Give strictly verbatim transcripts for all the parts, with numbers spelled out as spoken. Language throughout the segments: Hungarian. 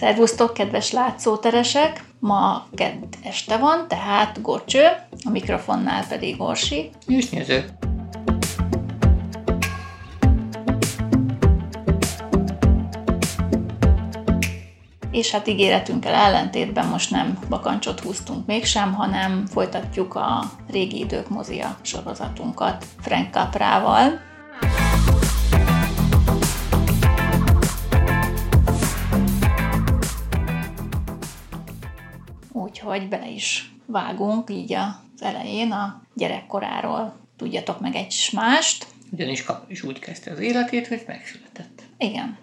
Szervusztok, kedves látszóteresek! Ma kedd este van, tehát Gorcső, a mikrofonnál pedig Orsi. És néző. És hát ígéretünkkel ellentétben most nem bakancsot húztunk mégsem, hanem folytatjuk a Régi idők mozia sorozatunkat Frank Caprával. Úgyhogy bele is vágunk így az elején a gyerekkoráról. Tudjatok meg egy mást. Ugyanis Capra is úgy kezdte az életét, hogy megszületett. Igen.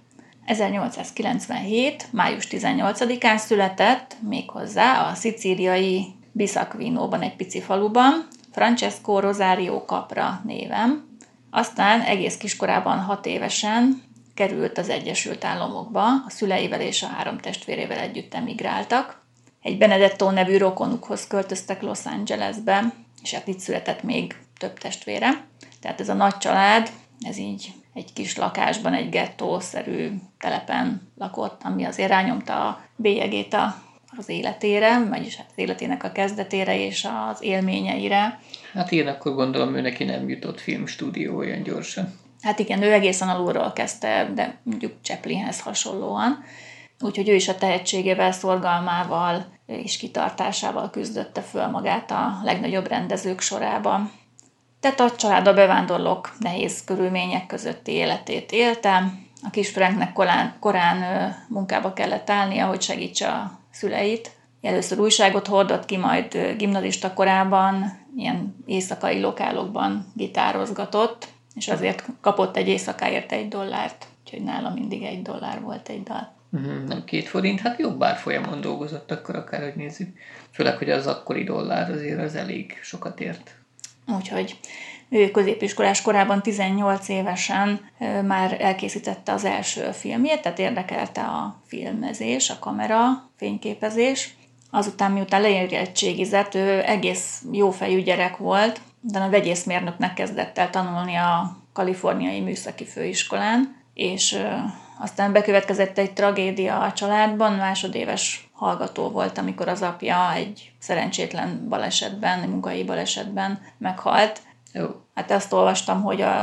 ezernyolcszázkilencvenhét. május tizennyolcadikán született, méghozzá a szicíliai Bisacquinóban, egy pici faluban, Francesco Rosario Capra néven. Aztán egész kiskorában, hat évesen került az Egyesült Államokba, a szüleivel és a három testvérével együtt emigráltak. Egy Benedetto nevű rokonukhoz költöztek Los Angelesbe, és hát itt született még több testvére. Tehát ez a nagy család, ez így egy kis lakásban, egy gettószerű telepen lakott, ami azért rányomta a bélyegét az életére, vagyis hát az életének a kezdetére és az élményeire. Hát én akkor gondolom, ő neki nem jutott filmstúdió olyan gyorsan. Hát igen, ő egészen alulról kezdte, de mondjuk Chaplinhez hasonlóan. Úgyhogy ő is a tehetségével, szorgalmával és kitartásával küzdötte föl magát a legnagyobb rendezők sorába. Tehát a család a bevándorlók nehéz körülmények közötti életét élte. A kis Franknek korán, korán munkába kellett állnia, hogy segítse a szüleit. Először újságot hordott ki, majd gimnazista korában ilyen éjszakai lokálokban gitározgatott, és azért kapott egy éjszakáért egy dollárt, úgyhogy nála mindig egy dollár volt egy dal. Nem két forint, hát jobb árfolyamon dolgozott akkor akárhogy nézzük. Főleg, hogy az akkori dollár azért az elég sokat ért. Úgyhogy ő középiskolás korában tizennyolc évesen már elkészítette az első filmjét, tehát érdekelte a filmezés, a kamera, fényképezés. Azután, miután leérettségizett, ő egész jófejű gyerek volt, de a vegyészmérnöknek kezdett el tanulni a Kaliforniai Műszaki Főiskolán, és aztán bekövetkezett egy tragédia a családban, másodéves hallgató volt, amikor az apja egy szerencsétlen balesetben, munkahelyi balesetben meghalt. Jó. Hát azt olvastam, hogy a,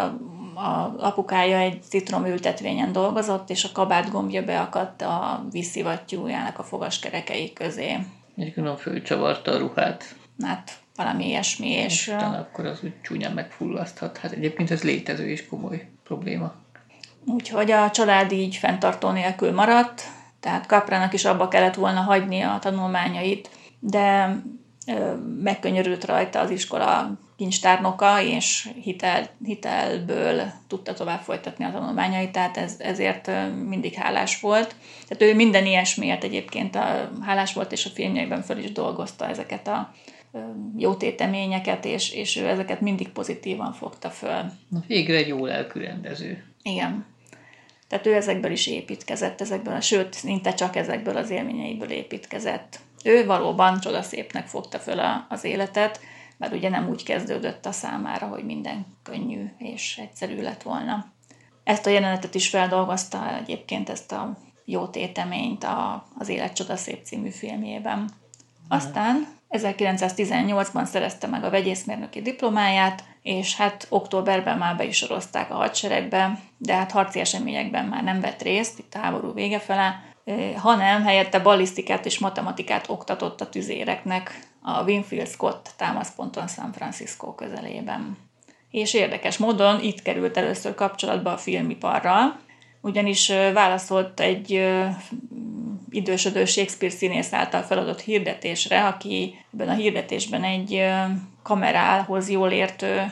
a apukája egy citromültetvényen dolgozott, és a kabát gombja beakadt a vízszivattyújának a fogaskerekei közé. Egy gondolom fölcsavarta a ruhát. Hát valami ilyesmi. És, és talán akkor az úgy csúnyán megfullaszthat. Hát egyébként ez létező és komoly probléma. Úgyhogy a család így fenntartó nélkül maradt, tehát Caprának is abba kellett volna hagyni a tanulmányait, de ö, megkönyörült rajta az iskola kincstárnoka, és hitel, hitelből tudta tovább folytatni a tanulmányait, tehát ez, ezért mindig hálás volt. Tehát ő minden ilyesmiért egyébként a, hálás volt, és a filmjeiben föl is dolgozta ezeket a ö, jó téteményeket, és, és ő ezeket mindig pozitívan fogta föl. Na, végre egy jó lelkű rendező. Igen. Tehát ő ezekből is építkezett, ezekből, sőt, szinte csak ezekből az élményeiből építkezett. Ő valóban csodaszépnek fogta föl a, az életet, mert ugye nem úgy kezdődött a számára, hogy minden könnyű és egyszerű lett volna. Ezt a jelenetet is feldolgozta egyébként, ezt a jó téteményt a, az Élet csodaszép című filmjében. Aztán ezerkilencszáztizennyolcban szerezte meg a vegyészmérnöki diplomáját, és hát októberben már be is sorozták a hadseregbe, de hát harci eseményekben már nem vett részt, itt a háború vége fele, hanem helyette ballisztikát és matematikát oktatott a tüzéreknek a Winfield Scott támaszponton San Francisco közelében. És érdekes módon itt került először kapcsolatba a filmiparral, ugyanis válaszolt egy idősödő Shakespeare színész által feladott hirdetésre, aki ebben a hirdetésben egy kamerához jól értő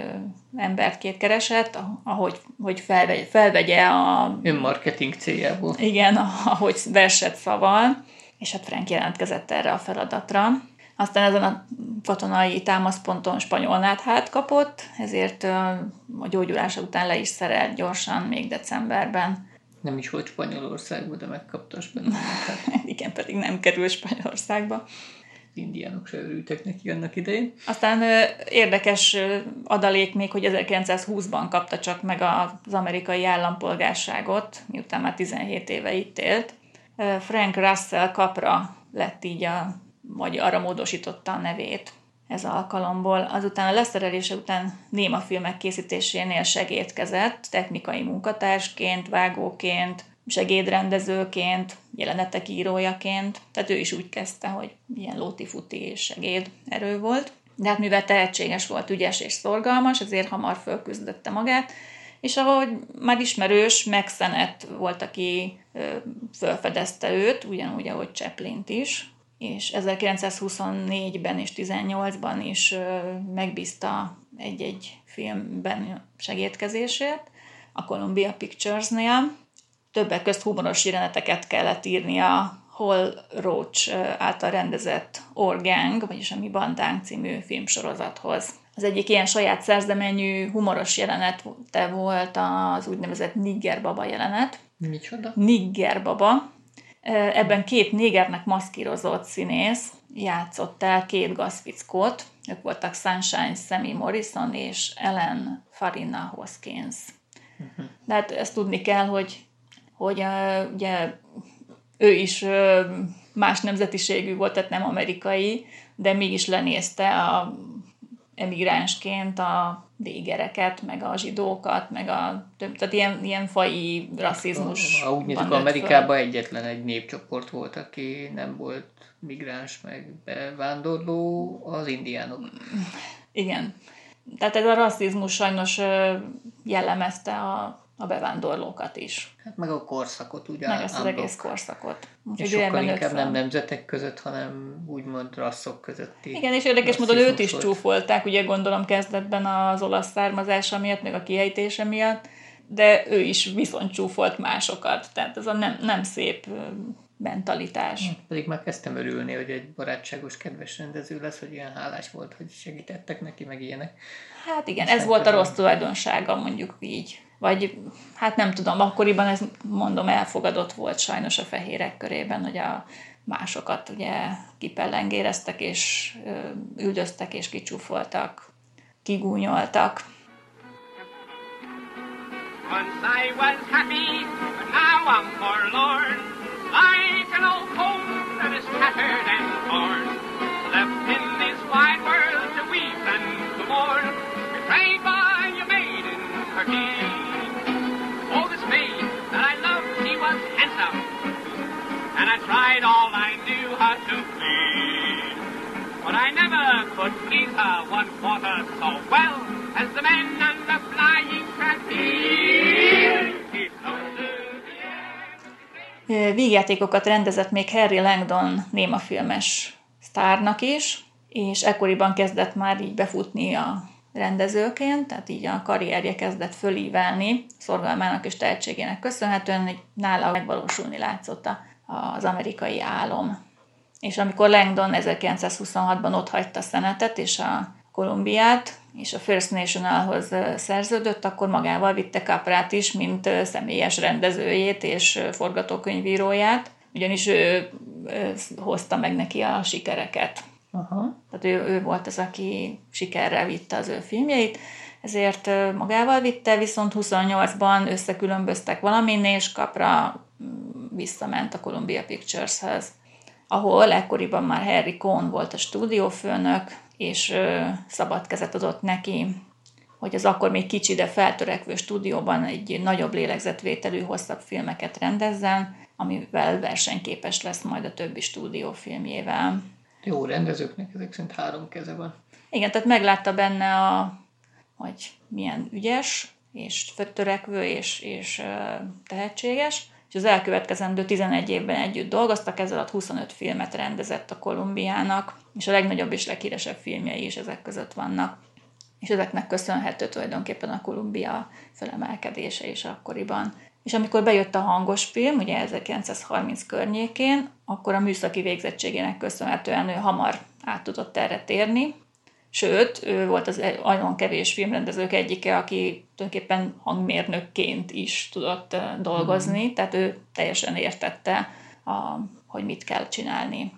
embert keresett, ahogy hogy felvegye, felvegye a... önmarketing céljából. Igen, ahogy verset szaval, és hát Frank jelentkezett erre a feladatra. Aztán ezen a katonai támaszponton spanyol náthát kapott, ezért a gyógyulása után le is szerelt gyorsan, még decemberben. Nem is volt Spanyolországban, de megkapta a spanyol náthát. Igen, pedig nem kerül Spanyolországba. Az indiánok se örültek neki annak idején. Aztán érdekes adalék még, hogy ezerkilencszázhúszban kapta csak meg az amerikai állampolgárságot, miután már tizenhét éve itt élt. Frank Russell Capra lett így, a, vagy arra módosította a nevét ez alkalomból. Azután a leszerelése után némafilmek készítésénél segédkezett, technikai munkatársként, vágóként, segédrendezőként, jelenetek írójaként. Tehát ő is úgy kezdte, hogy ilyen lóti-futi és segéd erő volt. De hát mivel tehetséges volt, ügyes és szorgalmas, ezért hamar fölküzdötte magát, és ahogy már ismerős, Mack Sennett volt, aki fölfedezte őt, ugyanúgy, ahogy Chaplint is, és ezerkilencszázhuszonnégyben és tizennyolcban is megbízta egy-egy filmben segédkezésért a Columbia Pictures-nél. Többek közt humoros jeleneteket kellett írnia Hal Roach által rendezett Organg, vagyis a Mi Bandánk című filmsorozathoz. Az egyik ilyen saját szerzeményű humoros jelenet volt az úgynevezett Nigger Baba jelenet. Micsoda? Nigger Baba. Ebben két négernek maszkírozott színész játszott el két gazfickót. Ők voltak Sunshine Sammy Morrison és Ellen Farina Hoskins. Uh-huh. De hát ezt tudni kell, hogy, hogy uh, ugye ő is uh, más nemzetiségű volt, tehát nem amerikai, de mégis lenézte a emigránsként a négereket, meg a zsidókat, meg a több, tehát ilyen, ilyen faji rasszizmus. Ha úgy nézzük, Amerikában egyetlen egy népcsoport volt, aki nem volt migráns, meg bevándorló, az indiánok. Igen. Tehát ez a rasszizmus sajnos jellemezte a, a bevándorlókat is. Hát meg a korszakot, ugye? Meg ezt az egész korszakot. És sokkal inkább nem nemzetek között, hanem úgymond rasszok közötti. Igen, és érdekes módon őt is csúfolták, ugye gondolom kezdetben az olasz származása miatt, meg a kiejtése miatt, de ő is viszont csúfolt másokat. Tehát ez a nem, nem szép mentalitás. Pedig már kezdtem örülni, hogy egy barátságos, kedves rendező lesz, hogy ilyen hálás volt, hogy segítettek neki, meg ilyenek. Hát igen, ez volt a rossz tulajdonsága, mondjuk így. Vagy hát nem tudom, akkoriban ez mondom elfogadott volt sajnos a fehérek körében, hogy a másokat ugye kipellengéreztek, és üldöztek, és kicsúfoltak, kigúnyoltak. Once I was happy, but now I'm forlorn, like an old coat that is tattered and torn, left in this wide world to weep and to mourn, betrayed by a maiden, her king. Oh, this maid that I loved, she was handsome, and I tried all I knew how to please, but I never could please her one quarter so well as the men and the flying trapeze. Vígjátékokat rendezett még Harry Langdon némafilmes sztárnak is, és ekkoriban kezdett már így befutni a rendezőként, tehát így a karrierje kezdett fölívelni, szorgalmának és tehetségének köszönhetően, hogy nála megvalósulni látszott az amerikai álom. És amikor Langdon ezerkilencszázhuszonhatban otthagyta Sennettet és a Columbiát, és a First Nationalhoz szerződött, akkor magával vitte Caprát is, mint személyes rendezőjét és forgatókönyvíróját, ugyanis ő hozta meg neki a sikereket. Aha. Tehát ő, ő volt az, aki sikerrel vitte az ő filmjeit, ezért magával vitte, viszont huszonnyolcban összekülönböztek valamin, és Capra visszament a Columbia Pictureshez, ahol ekkoriban már Harry Cohn volt a stúdiófőnök, és szabad kezet adott neki, hogy az akkor még kicsi, de feltörekvő stúdióban egy nagyobb lélegzetvételű, hosszabb filmeket rendezzen, amivel versenyképes lesz majd a többi stúdiófilmjével. Jó rendezőknek ezek szerint három keze van. Igen, tehát meglátta benne, a, hogy milyen ügyes, és feltörekvő, és, és tehetséges, és az elkövetkezendő tizenegy évben együtt dolgoztak, ezzel alatt huszonöt filmet rendezett a Columbiának, és a legnagyobb és leghíresebb filmjei is ezek között vannak. És ezeknek köszönhető tulajdonképpen a Columbia fölemelkedése is akkoriban. És amikor bejött a hangos film, ugye ezerkilencszázharminc környékén, akkor a műszaki végzettségének köszönhetően ő hamar át tudott erre térni. Sőt, ő volt az nagyon kevés filmrendezők egyike, aki tulajdonképpen hangmérnökként is tudott dolgozni, mm. tehát ő teljesen értette, a, hogy mit kell csinálni.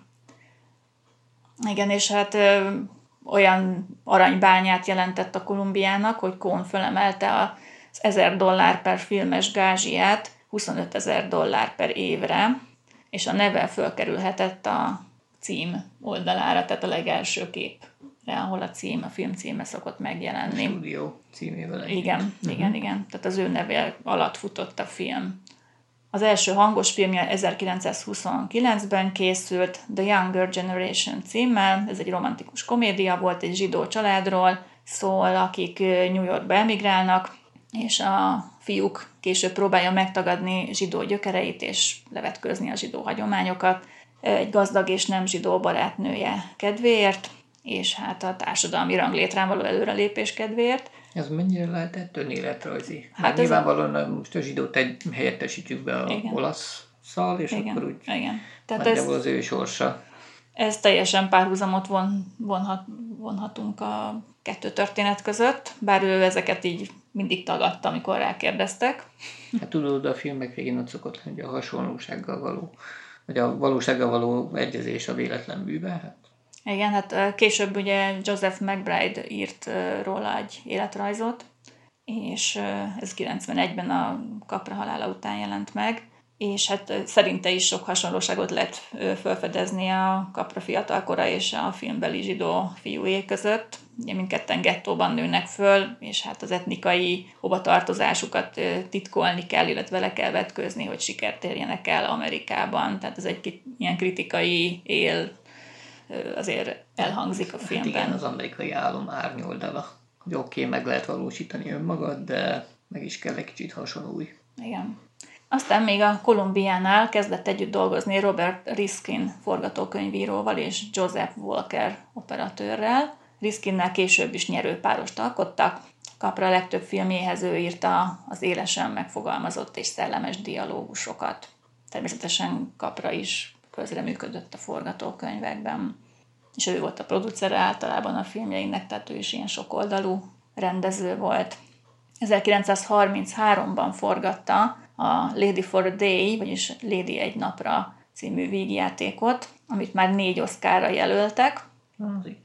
Igen, és hát ö, olyan aranybányát jelentett a Columbiának, hogy Cohn fölemelte az ezer dollár per filmes gázsiját huszonötezer dollár per évre, és a neve fölkerülhetett a cím oldalára, tehát a legelső képre, ahol a cím, a film címe szokott megjelenni. A stúdió címével együtt. Igen, uh-huh. igen, igen. Tehát az ő neve alatt futott a film. Az első hangos filmje ezerkilencszázhuszonkilencben készült, The Younger Generation címmel. Ez egy romantikus komédia volt, egy zsidó családról szól, akik New Yorkba emigrálnak, és a fiúk később próbálja megtagadni zsidó gyökereit és levetkőzni a zsidó hagyományokat egy gazdag és nem zsidó barátnője kedvéért, és hát a társadalmi ranglétrán való előrelépés kedvéért. Ez mennyire lehetett önéletrajzi? Hát ez nyilvánvalóan a... most a zsidót egy helyettesítjük be a igen. olaszszal, és igen. akkor úgy igen. Tehát nagyjából ez, az ő sorsa. Ez teljesen párhuzamot von, vonhat, vonhatunk a kettő történet között, bár ő ezeket így mindig tagadta, amikor rákérdeztek. Hát tudod, a filmek végén ott szokott lenni, hogy a hasonlósággal való, vagy a valósággal való egyezés a véletlen bűve. Hát. Igen, hát később ugye Joseph McBride írt róla egy életrajzot, és ez kilencvenegyben a Capra halála után jelent meg, és hát szerinte is sok hasonlóságot lehet felfedezni a Capra fiatalkora és a filmbeli zsidó fiúé között. Ugye mindketten gettóban nőnek föl, és hát az etnikai hovatartozásukat titkolni kell, illetve le kell vetkőzni, hogy sikert érjenek el Amerikában. Tehát ez egy ilyen kritikai él azért elhangzik a filmben. Hát igen, az amerikai álom árnyoldala. Hogy oké, okay, meg lehet valósítani önmagad, de meg is kell egy kicsit hasonlulni. Igen. Aztán még a Columbiánál kezdett együtt dolgozni Robert Riskin forgatókönyvíróval és Joseph Walker operatőrrel. Riskinnel később is nyerőpárost alkottak. Capra legtöbb filmjéhez ő írta az élesen megfogalmazott és szellemes dialógusokat. Természetesen Capra is közreműködött a forgatókönyvekben. És ő volt a producere általában a filmjeinek, tehát ő is ilyen sokoldalú rendező volt. ezerkilencszázharmincháromban forgatta a Lady for a Day, vagyis Lady egy napra című vígjátékot, amit már négy Oscarra jelöltek. Azért.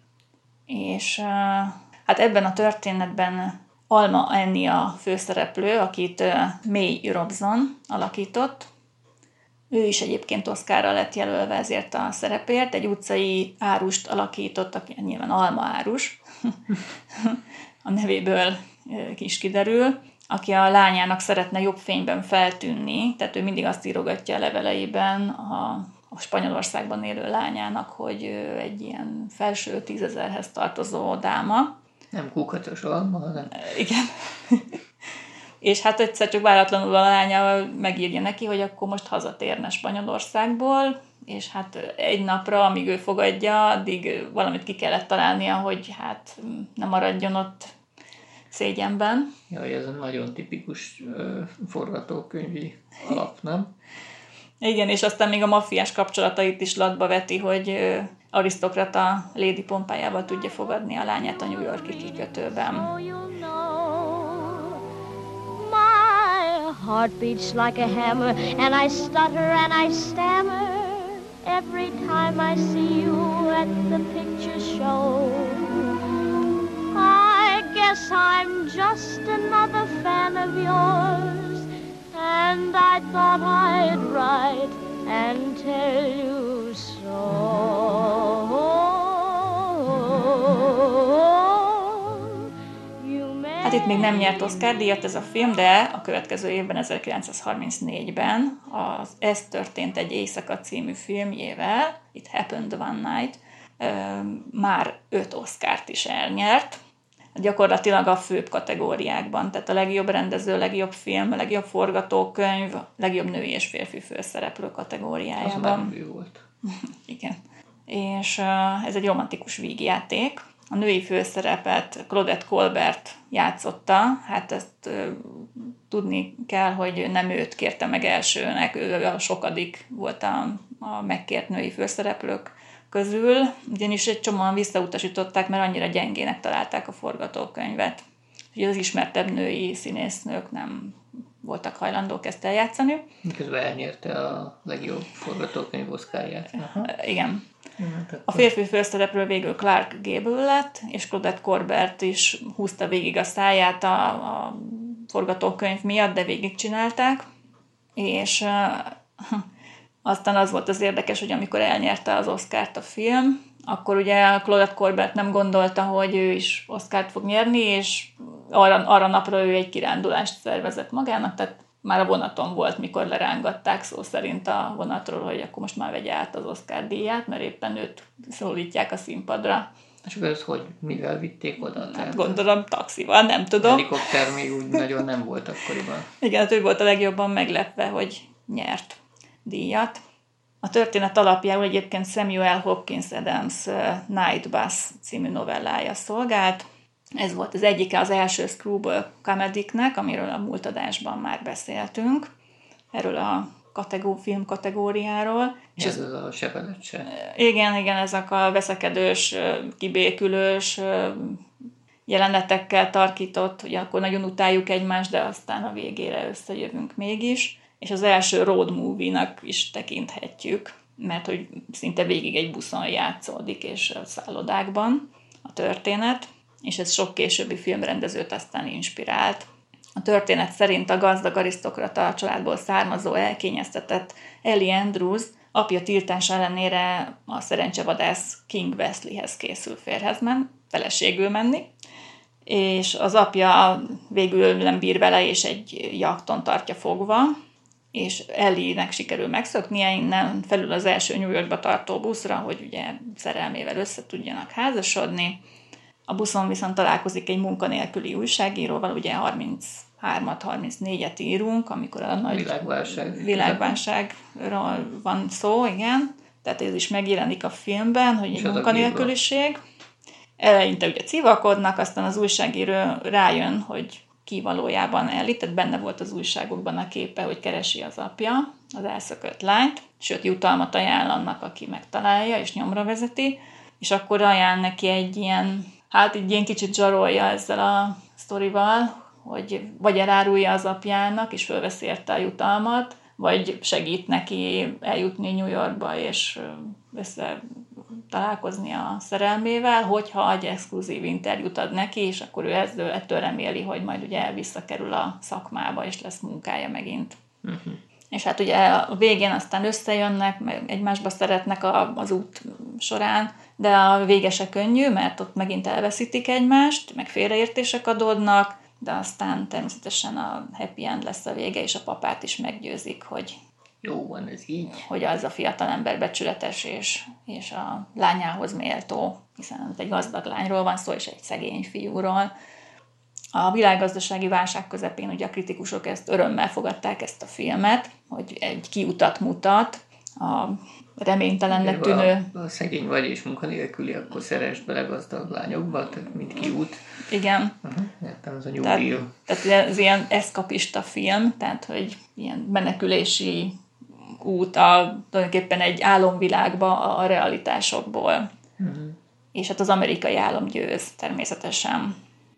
És hát ebben a történetben Alma Annie a főszereplő, akit May Robson alakított. Ő is egyébként Oscarra lett jelölve ezért a szerepért. Egy utcai árust alakított, aki nyilván Alma árus, a nevéből is kiderül, aki a lányának szeretne jobb fényben feltűnni, tehát ő mindig azt írogatja a leveleiben a, a Spanyolországban élő lányának, hogy ő egy ilyen felső tízezerhez tartozó dáma. Nem kukacos Alma, hanem... Igen. És hát egyszer csak váratlanul a lánya megírja neki, hogy akkor most hazatérne Spanyolországból, és hát egy napra, amíg ő fogadja, addig valamit ki kellett találnia, hogy hát nem maradjon ott szégyenben. Jaj, ez egy nagyon tipikus uh, forgatókönyvi alap, nem? Igen, és aztán még a maffiás kapcsolatait is latba veti, hogy uh, arisztokrata Lady pompájával tudja fogadni a lányát a New York-i kikötőben. Heart beats like a hammer, and I stutter and I stammer every time I see you at the picture show. I guess I'm just another fan of yours, and I thought I'd write and tell you so. Hát itt még nem nyert Oscar-díjat ez a film, de a következő évben, ezerkilencszázharmincnégyben az Ez történt egy éjszaka című filmjével, It Happened One Night, már öt Oscart is elnyert, gyakorlatilag a főbb kategóriákban, tehát a legjobb rendező, legjobb film, legjobb forgatókönyv, legjobb női és férfi főszereplő kategóriájában. Az már ő volt. Igen. És ez egy romantikus vígjáték. A női főszerepet Claudette Colbert játszotta, hát ezt uh, tudni kell, hogy nem őt kérte meg elsőnek, ő a sokadik volt a, a megkért női főszereplők közül, ugyanis egy csomóan visszautasították, mert annyira gyengének találták a forgatókönyvet. Úgyhogy az ismertebb női színésznők nem voltak hajlandók ezt eljátszani. Miközben elnyerte a legjobb forgatókönyv Oscarját. Aha. Igen. A férfi főszereplő végül Clark Gable lett, és Claudette Colbert is húzta végig a száját a, a forgatókönyv miatt, de végigcsinálták. És uh, Aztán az volt az érdekes, hogy amikor elnyerte az Oscart a film, akkor ugye Claudette Colbert nem gondolta, hogy ő is Oscart fog nyerni, és arra, arra napra ő egy kirándulást szervezett magának, tehát már a vonaton volt, mikor lerángatták szó szerint a vonatról, hogy akkor most már vegye át az Oscar díját, mert éppen őt szólítják a színpadra. És ez hogy, mivel vitték oda? Hát gondolom taxival, nem tudom. Helikopter még úgy nagyon nem volt akkoriban. Igen, hát ő volt a legjobban meglepve, hogy nyert díjat. A történet alapjául egyébként Samuel Hopkins Adams Night Bus című novellája szolgált. Ez volt az egyike az első Screwball comedyknek, amiről a múlt adásban már beszéltünk, erről a kategó, film kategóriáról. És ez az a sebelet se. Igen, igen, ezek a veszekedős, kibékülős jelenetekkel tarkított, hogy akkor nagyon utáljuk egymást, de aztán a végére összejövünk mégis. És az első road movie-nak is tekinthetjük, mert hogy szinte végig egy buszon játszódik, és a szállodákban a történet, és ez sok későbbi filmrendezőt aztán inspirált. A történet szerint a gazdag arisztokrata családból származó elkényeztetett Ellie Andrews apja tiltása ellenére a szerencsevadász King Wesleyhez készül férjhez men, feleségül menni, és az apja végül nem bír vele, és egy jakton tartja fogva, és Ellie-nek sikerül megszöknie innen felül az első New Yorkba tartó buszra, hogy ugye szerelmével össze tudjanak házasodni. A buszon viszont találkozik egy munkanélküli újságíróval, ugye harminchárom harmincnégyet írunk, amikor a nagy világválság. világválságról van szó, igen. Tehát ez is megjelenik a filmben, hogy egy munkanélküliség. Eleinte ugye civakodnak, aztán az újságíró rájön, hogy ki valójában Ellie, tehát benne volt az újságokban a képe, hogy keresi az apja az elszökött lányt, sőt jutalmat ajánl annak, aki megtalálja és nyomra vezeti, és akkor ajánl neki egy ilyen, hát egy ilyen kicsit zsarolja ezzel a sztorival, hogy vagy elárulja az apjának, és fölveszi érte a jutalmat, vagy segít neki eljutni New Yorkba, és össze találkozni a szerelmével, hogyha egy exkluzív interjút ad neki, és akkor ő ezzel, ettől reméli, hogy majd ugye visszakerül a szakmába, és lesz munkája megint. Uh-huh. És hát ugye a végén aztán összejönnek, meg egymásba szeretnek a, az út során, de a vége se könnyű, mert ott megint elveszítik egymást, meg félreértések adódnak, de aztán természetesen a happy end lesz a vége, és a papát is meggyőzik, hogy jó van, ez így. Hogy az a fiatalember becsületes, és, és a lányához méltó, hiszen egy gazdag lányról van szó, és egy szegény fiúról. A világgazdasági válság közepén ugye a kritikusok ezt örömmel fogadták ezt a filmet, hogy egy kiutat mutat, a reménytelennek tűnő... A, a szegény vagy és munkanélküli, akkor szeresd bele gazdag lányokba, tehát mint kiút. Igen. Uh-huh. Értem, ez a New tehát, Deal. Tehát ez ilyen eszkapista film, tehát hogy ilyen menekülési út a, tulajdonképpen egy álomvilágba a realitásokból. Uh-huh. És hát az amerikai álom győz, természetesen.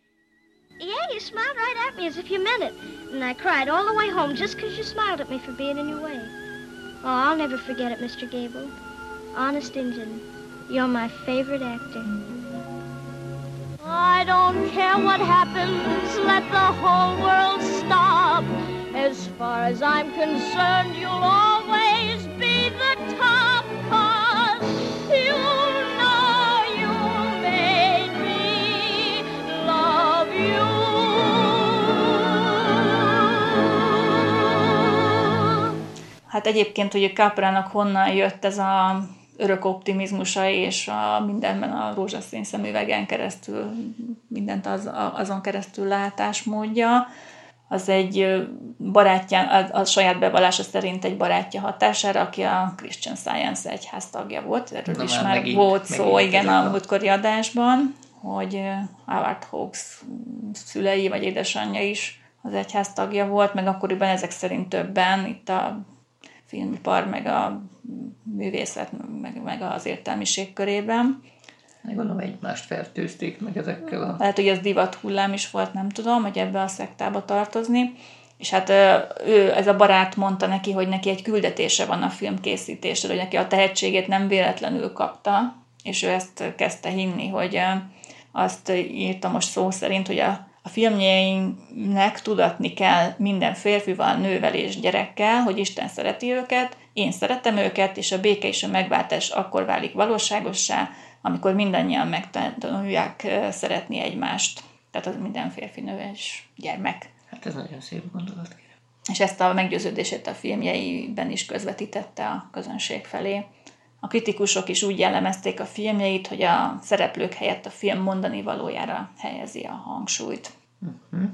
Yeah, you smiled right at me as if you meant it. And I cried all the way home just because you smiled at me for being in your way. Oh, I'll never forget it, Mister Gable. Honest Injun, you're my favorite actor. I don't care what happens, let the whole world stop. As far as I'm concerned, you'll always be the top, 'cause you know you made me love you. Hát egyébként ugye Caprának honnan jött ez a örök optimizmusa, és a mindenben a rózsaszín szemüvegen keresztül, mindent az, azon keresztül látásmódja. Az egy barátja, a, a saját bevallása szerint egy barátja hatására, aki a Christian Science egyház tagja volt. Erről Na, is már megint, volt szó, igen, a múltkori adásban, hogy Howard Hawks szülei vagy édesanyja is az egyház tagja volt, meg akkoriban ezek szerint többen, itt a filmipar, meg a művészet, meg, meg az értelmiség körében. Gondolom egymást fertőzték meg ezekkel a... Lehet, hogy ez divat hullám is volt, nem tudom, hogy ebbe a szektába tartozni. És hát ő, ez a barát mondta neki, hogy neki egy küldetése van a film készítésre, hogy neki a tehetségét nem véletlenül kapta, és ő ezt kezdte hinni, hogy azt írta most szó szerint, hogy a, A filmjeinknek tudatni kell minden férfival, nővel és gyerekkel, hogy Isten szereti őket, én szeretem őket, és a béke és a megváltás akkor válik valóságossá, amikor mindannyian megtanulják szeretni egymást. Tehát az minden férfi, nő és gyermek. Hát ez nagyon szép gondolat. És ezt a meggyőződését a filmjeiben is közvetítette a közönség felé. A kritikusok is úgy jellemezték a filmjeit, hogy a szereplők helyett a film mondani valójára helyezi a hangsúlyt. Uh-huh.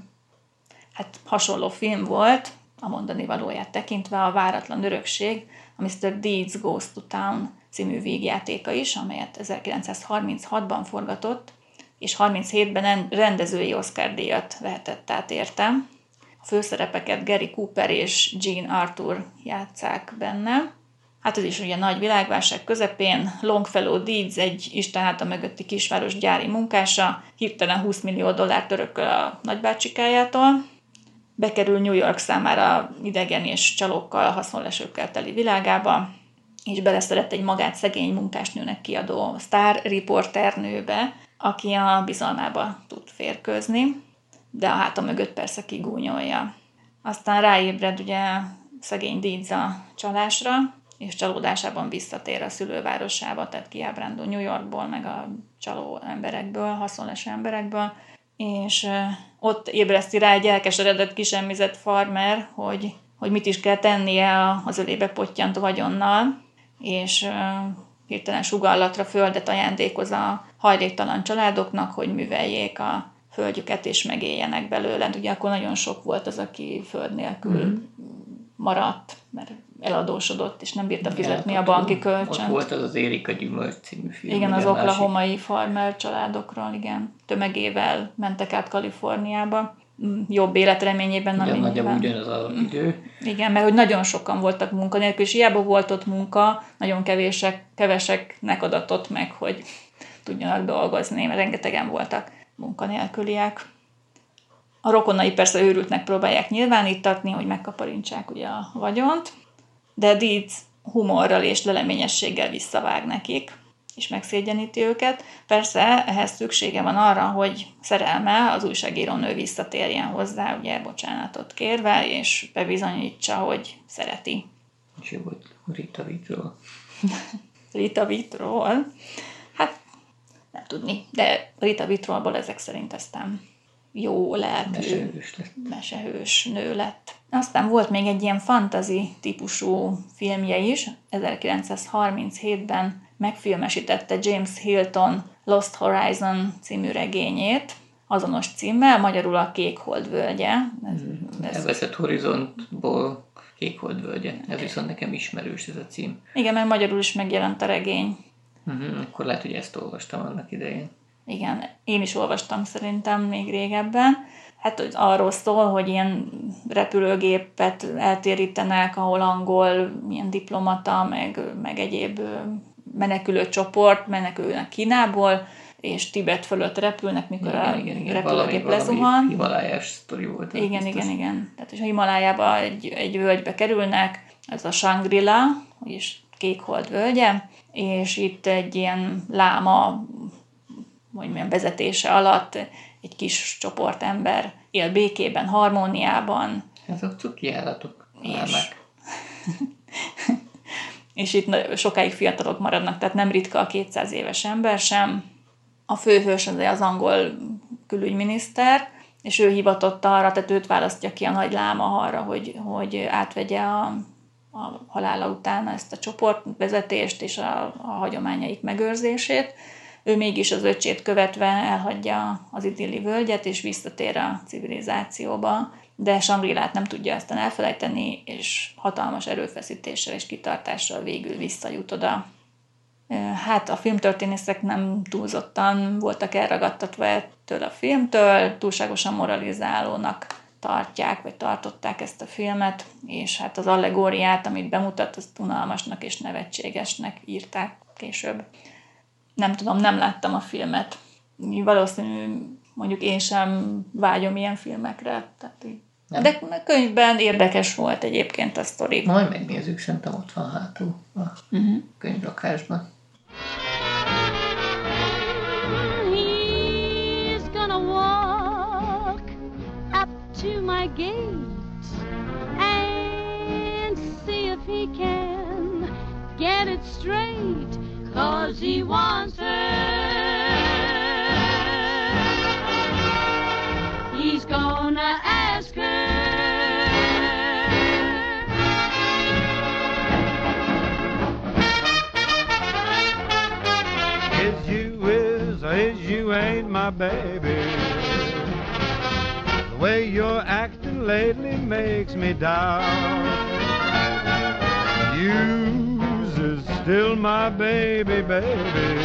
Hát hasonló film volt, a mondani valóját tekintve, a Váratlan örökség, a miszter Deeds Goes to Town című vígjátéka is, amelyet ezerkilencszázharminchatban forgatott, és harminchétben rendezői Oscar-díjat vehetett át érte. A főszerepeket Gary Cooper és Jean Arthur játsszák benne. Hát ez is ugye nagy világválság közepén Longfellow Deeds, egy Isten háta mögötti kisváros gyári munkása, hirtelen húsz millió dollárt örököl a nagybácsikájától. Bekerül New York számára idegen és csalókkal, haszonlesőkkel teli világába, és beleszeret egy magát szegény munkásnőnek kiadó sztár riporternőbe, aki a bizalmába tud férkőzni, de a háta mögött persze kigúnyolja. Aztán ráébred ugye szegény Deeds a csalásra, és csalódásában visszatér a szülővárosába, tehát kiábrándul New Yorkból, meg a csaló emberekből, haszonleső emberekből, és ott ébreszti rá egy elkeseredett, kisemmizett farmer, hogy, hogy mit is kell tennie az ölébe pottyant vagyonnal, és hirtelen sugallatra földet ajándékoz a hajléktalan családoknak, hogy műveljék a földjüket és megéljenek belőle. Ugye akkor nagyon sok volt az, aki föld nélkül mm. maradt, mert eladósodott, és nem bírta fizetni ja, a banki kölcsönt. Ott volt az az Érik a gyümölcs című film. Igen, az oklahomai farmer családokról, igen. Tömegével mentek át Kaliforniába, jobb életreményében. Igen, nagyjából ugyanaz az idő. Igen, mert hogy nagyon sokan voltak munkanélkül, és hiába volt ott munka, nagyon kevések, keveseknek adatott meg, hogy tudjanak dolgozni, mert rengetegen voltak munkanélküliek. A rokonai persze őrültnek próbálják nyilvánítatni, hogy megkaparintsák ugye a vagyont, de Deeds humorral és leleményességgel visszavág nekik, és megszégyeníti őket. Persze ehhez szüksége van arra, hogy szerelme, az újságírónő visszatérjen hozzá, ugye bocsánatot kérve, és bebizonyítsa, hogy szereti. És ő volt Rita Vitról. Rita Vitról? Hát nem tudni, de Rita Vitrolból ezek szerint aztán jó lelkű, mesehős lett. mesehős nő lett. Aztán volt még egy ilyen fantasy típusú filmje is, ezerkilencszázharminchétben megfilmesítette James Hilton Lost Horizon című regényét, azonos címmel, magyarul a Kékhold völgye. Ez, ez... Elveszett horizontból Kékhold völgye. Ez viszont nekem ismerős ez a cím. Igen, mert magyarul is megjelent a regény. Uh-huh, akkor lehet, hogy ezt olvastam annak idején. Igen, én is olvastam szerintem még régebben. Hát arról szól, hogy ilyen repülőgépet eltérítenek, ahol angol, ilyen diplomata, meg, meg egyéb menekülő csoport menekülnek Kínából, és Tibet fölött repülnek, mikor igen, a igen, igen. repülőgép valami, lezuhan. Valami himalájás sztori volt. Igen, biztos. igen, igen. Tehát, és a Himalájába egy, egy völgybe kerülnek, ez a Shangri-La, vagyis Kékhold völgye, és itt egy ilyen láma, hogy milyen vezetése alatt egy kis csoport ember él békében, harmóniában. Ezek cuki állatok. És, és itt sokáig fiatalok maradnak, tehát nem ritka a kétszáz éves ember sem. A főhős az az angol külügyminiszter, és ő hivatott arra, tehát őt választja ki a nagy láma arra, hogy, hogy átvegye a, a halála után ezt a csoportvezetést és a, a hagyományaik megőrzését. Ő mégis az öccsét követve elhagyja az idilli völgyet, és visszatér a civilizációba, de Shangri-Lát nem tudja aztán elfelejteni, és hatalmas erőfeszítéssel és kitartással végül visszajut oda. Hát a filmtörténészek nem túlzottan voltak elragadtatva ettől a filmtől, túlságosan moralizálónak tartják, vagy tartották ezt a filmet, és hát az allegóriát, amit bemutat, azt unalmasnak és nevetségesnek írták később. Nem tudom, nem láttam a filmet. Valószínű, mondjuk én sem vágyom ilyen filmekre. Tehát így. De a könyvben érdekes volt egyébként a sztori. Majd megnézzük, szerintem ott van hátul a uh-huh. könyvrakásban. He's gonna walk my gate and see if he can get it straight, 'cause he wants her. He's gonna ask her. Is you is or is you ain't my baby? The way you're acting lately makes me doubt. You's is still my baby, baby.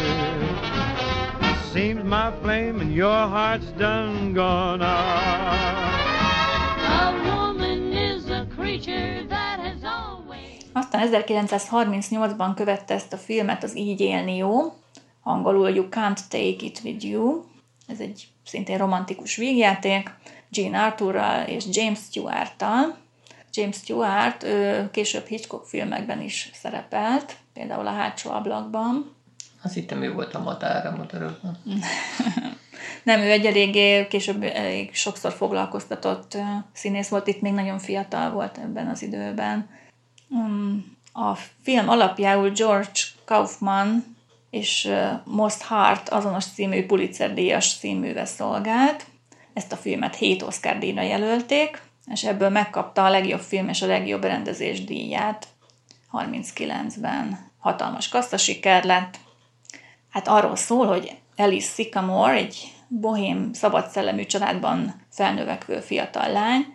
Seems my flame and your heart's done gone out. A woman is a creature that has always... Aztán ezerkilencszázharmincnyolcban követte ezt a filmet az Így élni jó, angolul You Can't Take It With You. Ez egy szintén romantikus vígjáték, Jean Arthurral és James Stewart-tal. James Stewart ő később Hitchcock filmekben is szerepelt, például a Hátsó ablakban. Azt hittem, ő volt a madár a madárokban. Nem, ő egy eléggé, később elég sokszor foglalkoztatott színész volt, itt még nagyon fiatal volt ebben az időben. A film alapjául George Kaufman és Most Hart azonos című Pulitzer-díjas színműve szolgált. Ezt a filmet hét Oscar-díjra jelölték, és ebből megkapta a legjobb film és a legjobb rendezés díját harminckilencben. Hatalmas kasszasiker lett. Hát arról szól, hogy Alice Sycamore egy bohém, szabadszellemű családban felnövekvő fiatal lány,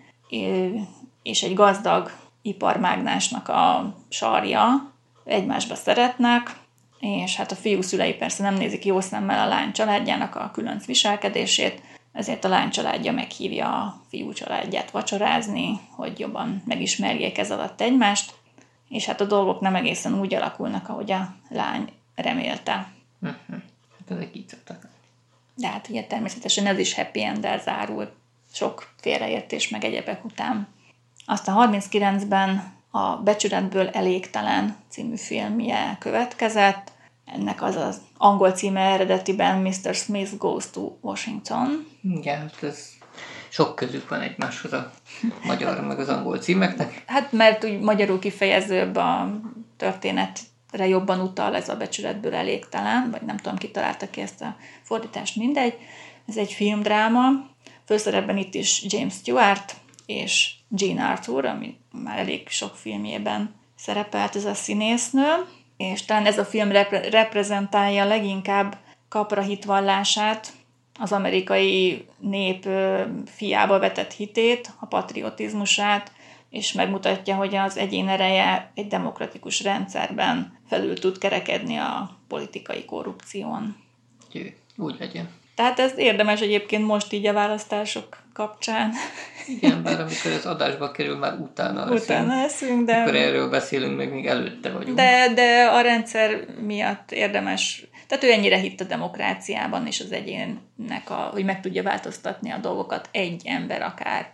és egy gazdag iparmágnásnak a sarja egymásba szeretnek, és hát a fiú szülei persze nem nézik jó szemmel a lány családjának a különc viselkedését, ezért a lány családja meghívja a fiú családját vacsorázni, hogy jobban megismerjék ez alatt egymást, és hát a dolgok nem egészen úgy alakulnak, ahogy a lány remélte. Uh-huh. Hát ezek így szoktak. De hát ugye természetesen ez is happy end-el zárul, sok félreértés meg egyebek után. Aztán harminckilencben a Becsületből elégtelen című filmje következett. Ennek az az angol címe eredetiben miszter Smith Goes to Washington. Igen, hát ez sok közük van egymáshoz a magyar meg az angol címeknek. Hát mert úgy magyarul kifejezőbb a történetre jobban utal ez a Becsületből elégtelen, vagy nem tudom, ki találta ki ezt a fordítást, mindegy. Ez egy filmdráma. Főszerepben itt is James Stewart és Jean Arthur, ami már elég sok filmjében szerepelt ez a színésznő, és talán ez a film repre- reprezentálja leginkább Capra hitvallását, az amerikai nép fiába vetett hitét, a patriotizmusát, és megmutatja, hogy az egyén ereje egy demokratikus rendszerben felül tud kerekedni a politikai korrupción. Jö, úgy legyen. Tehát ez érdemes egyébként most így a választások kapcsán. Igen, bár amikor az adásba kerül, már utána leszünk. Utána leszünk, de... Amikor erről beszélünk, meg még előtte vagyunk. De, de a rendszer miatt érdemes... Tehát ő ennyire hitt a demokráciában és az egyénnek, a, hogy meg tudja változtatni a dolgokat egy ember akár.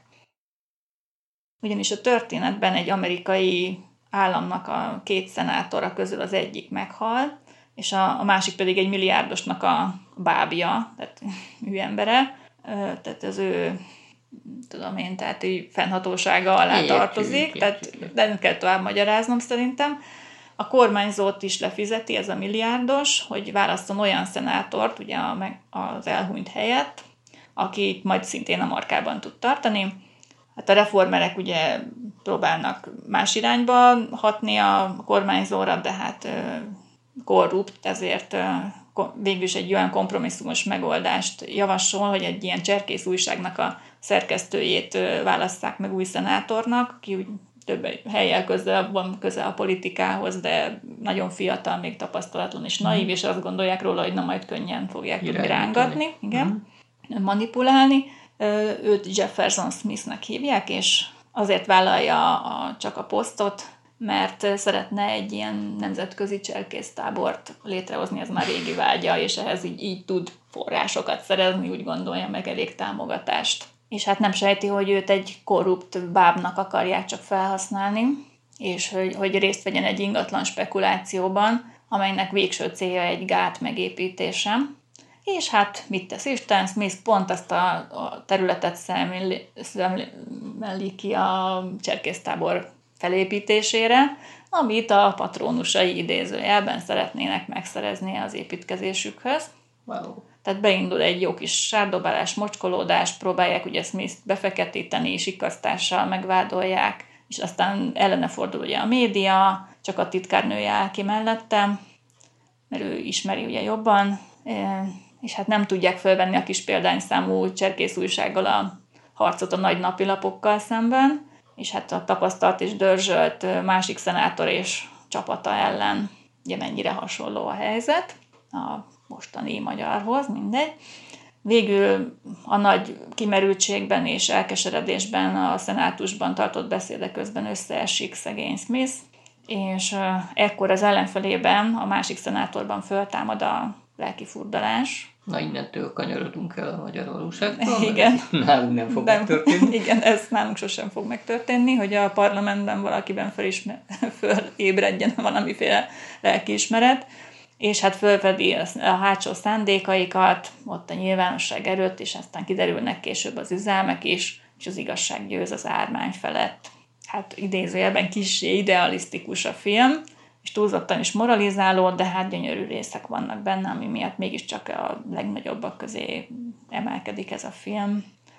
Ugyanis a történetben egy amerikai államnak a két szenátora közül az egyik meghal, és a, a másik pedig egy milliárdosnak a bábja, tehát ő embere, tehát az ő, tudom én, tehát így fennhatósága alá értjük, tartozik, értjük, tehát értjük. de nem kell tovább magyaráznom szerintem. A kormányzót is lefizeti ez a milliárdos, hogy válasszon olyan szenátort, ugye az elhunyt helyett, akit majd szintén a markában tud tartani. Hát a reformerek ugye próbálnak más irányba hatni a kormányzóra, de hát korrupt, ezért végül is egy olyan kompromisszumos megoldást javasol, hogy egy ilyen cserkész újságnak a szerkesztőjét válasszák meg új szenátornak, aki úgy több helyjel közel van közel a politikához, de nagyon fiatal, még tapasztalatlan és naív, és azt gondolják róla, hogy na majd könnyen fogják tudni rángatni, igen, uh-huh. manipulálni. Őt Jefferson Smithnek hívják, és azért vállalja a, csak a posztot, mert szeretne egy ilyen nemzetközi cserkésztábort létrehozni, ez már régi vágya, és ehhez így, így tud forrásokat szerezni, úgy gondolja, meg elég támogatást. És hát nem sejti, hogy őt egy korrupt bábnak akarják csak felhasználni, és hogy, hogy részt vegyen egy ingatlan spekulációban, amelynek végső célja egy gát megépítése. És hát mit tesz Isten? Smith pont azt a, a területet szemeli ki a cserkésztábor felépítésére, amit a patrónusai idézőjelben szeretnének megszerezni az építkezésükhöz. Wow. Tehát beindul egy jó kis sárdobálás, mocskolódás, próbálják ugye Smith-t befeketíteni, sikasztással megvádolják, és aztán ellene fordul ugye a média, csak a titkárnője áll ki mellette, mert ő ismeri ugye jobban, és hát nem tudják fölvenni a kis példányszámú cserkész újsággal a harcot a nagy napilapokkal szemben, és hát a tapasztalt és dörzsölt másik szenátor és csapata ellen ugye mennyire hasonló a helyzet a mostani magyarhoz, mindegy. Végül a nagy kimerültségben és elkeseredésben a szenátusban tartott beszéde közben összeesik szegény Smith, és ekkor az ellenfelében, a másik szenátorban föltámad a lelki furdalás. Na, innentől kanyarodunk el a magyar valóságtól, igen. Nálunk nem fog nem, megtörténni. Igen, ez nálunk sosem fog megtörténni, hogy a parlamentben valakiben fölismer, fölébredjen valamiféle lelkiismeret, és hát fölvedi a hátsó szándékaikat, ott a nyilvánosság előtt, és aztán kiderülnek később az üzelmek is, és az igazság győz az ármány felett. Hát idézőjelben kissé idealisztikus a film, és túlzottan is moralizáló, de hát gyönyörű részek vannak benne, ami miatt mégiscsak a legnagyobbak közé emelkedik ez a film.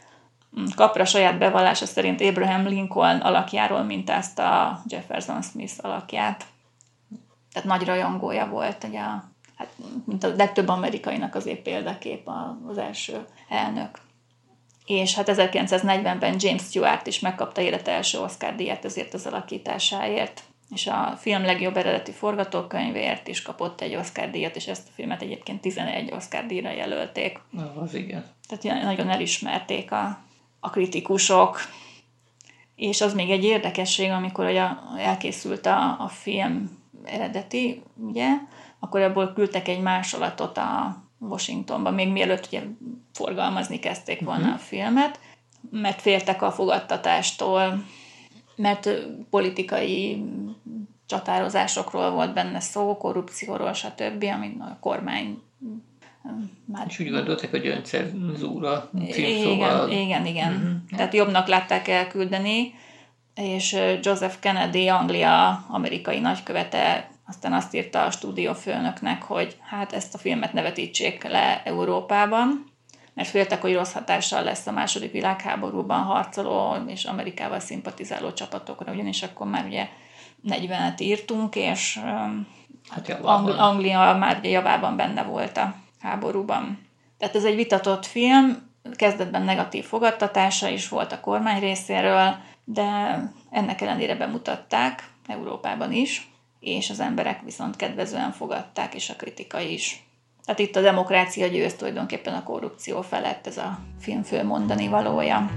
Capra saját bevallása szerint Abraham Lincoln alakjáról mintázta Jefferson Smith alakját. Tehát nagy rajongója volt, ugye, hát, mint a legtöbb amerikainak azért példakép az első elnök. És hát ezerkilencszáznegyvenben James Stewart is megkapta élete első Oscar-díjat ezért az alakításáért, és a film legjobb eredeti forgatókönyvéért is kapott egy Oscar-díjat, és ezt a filmet egyébként tizenegy Oscar-díjra jelölték. Na, az igen. Tehát nagyon elismerték a, a kritikusok. És az még egy érdekesség, amikor ugye elkészült a, a film eredeti, ugye, akkor abból küldtek egy másolatot a Washingtonba, még mielőtt ugye forgalmazni kezdték volna uh-huh. a filmet, mert féltek a fogadtatástól, mert politikai csatározásokról volt benne szó, korrupcióról, stb., amit a kormány már... És úgy gondolták, hogy öncenzúra címszóval... Igen, igen, igen. Uh-huh. Tehát jobbnak látták elküldeni, és Joseph Kennedy, Anglia amerikai nagykövete aztán azt írta a stúdiófőnöknek, hogy hát ezt a filmet ne vetítsék le Európában, mert féltek, hogy rossz hatással lesz a második világháborúban harcoló és Amerikával szimpatizáló csapatokra, ugyanis akkor már ugye negyvenet írtunk, és hát Ang- Anglia már ugye javában benne volt a háborúban. Tehát ez egy vitatott film, kezdetben negatív fogadtatása is volt a kormány részéről, de ennek ellenére bemutatták Európában is, és az emberek viszont kedvezően fogadták, és a kritika is. Tehát itt a demokrácia győz tulajdonképpen a korrupció felett, ez a film fő mondani valója.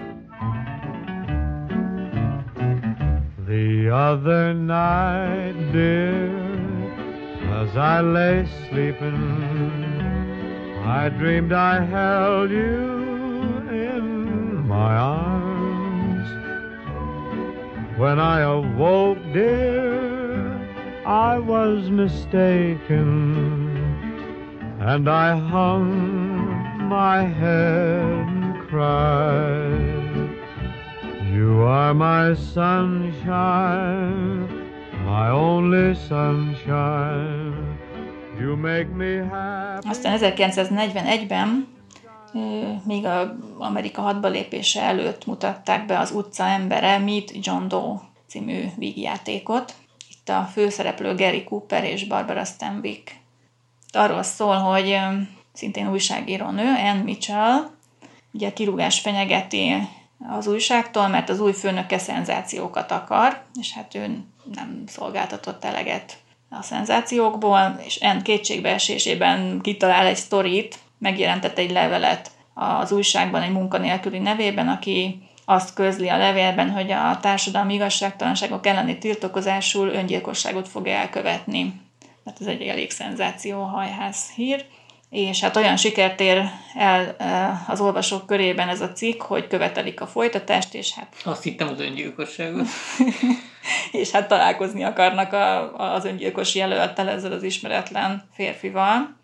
The other night, dear, as I lay sleeping, I dreamed I held you in my arms. When I awoke, dear, I was mistaken, and I hung my head and cried. You are my sunshine, my only sunshine. You make me happy. Aztán ezerkilencszáznegyvenegyben, még az Amerika hadba lépése előtt mutatták be az Utca embere, Meet John Doe című vígjátékot. Itt a főszereplő Gary Cooper és Barbara Stanwyck. Arról szól, hogy szintén újságíró nő, Ann Mitchell, ugye kirúgás fenyegeti az újságtól, mert az új főnöke szenzációkat akar, és hát ő nem szolgáltatott eleget a szenzációkból, és Ann kétségbeesésében kitalál egy sztorit, megjelentett egy levelet az újságban egy munkanélküli nevében, aki azt közli a levélben, hogy a társadalmi igazságtalanságok elleni tiltakozásul öngyilkosságot fog elkövetni. Tehát ez egy elég szenzációhajház hír. És hát olyan sikert ér el az olvasók körében ez a cikk, hogy követelik a folytatást, és hát... Azt hittem az öngyilkosságot. és hát találkozni akarnak a, az öngyilkos jelölttel, ezzel az ismeretlen férfival.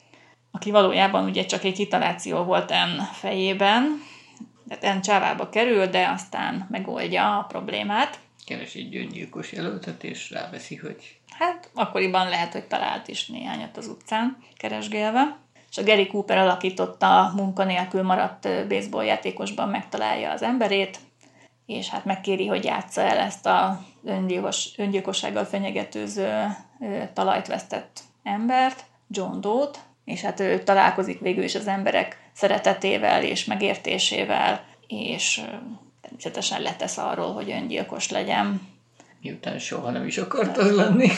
aki valójában ugye csak egy kitaláció volt Anne fejében, tehát Anne csávába kerül, de aztán megoldja a problémát. Keres egy öngyilkos jelöltet, és ráveszi, hogy... Hát akkoriban lehet, hogy talált is néhányat az utcán keresgélve. És a Gary Cooper alakította munkanélkül maradt baseball játékosban megtalálja az emberét, és hát megkéri, hogy játsza el ezt a öngyilkos, öngyilkossággal fenyegetőző talajt vesztett embert, John Doe-t, és hát ő találkozik végül is az emberek szeretetével és megértésével, és természetesen letesz arról, hogy öngyilkos legyen. Miután soha nem is akart az lenni.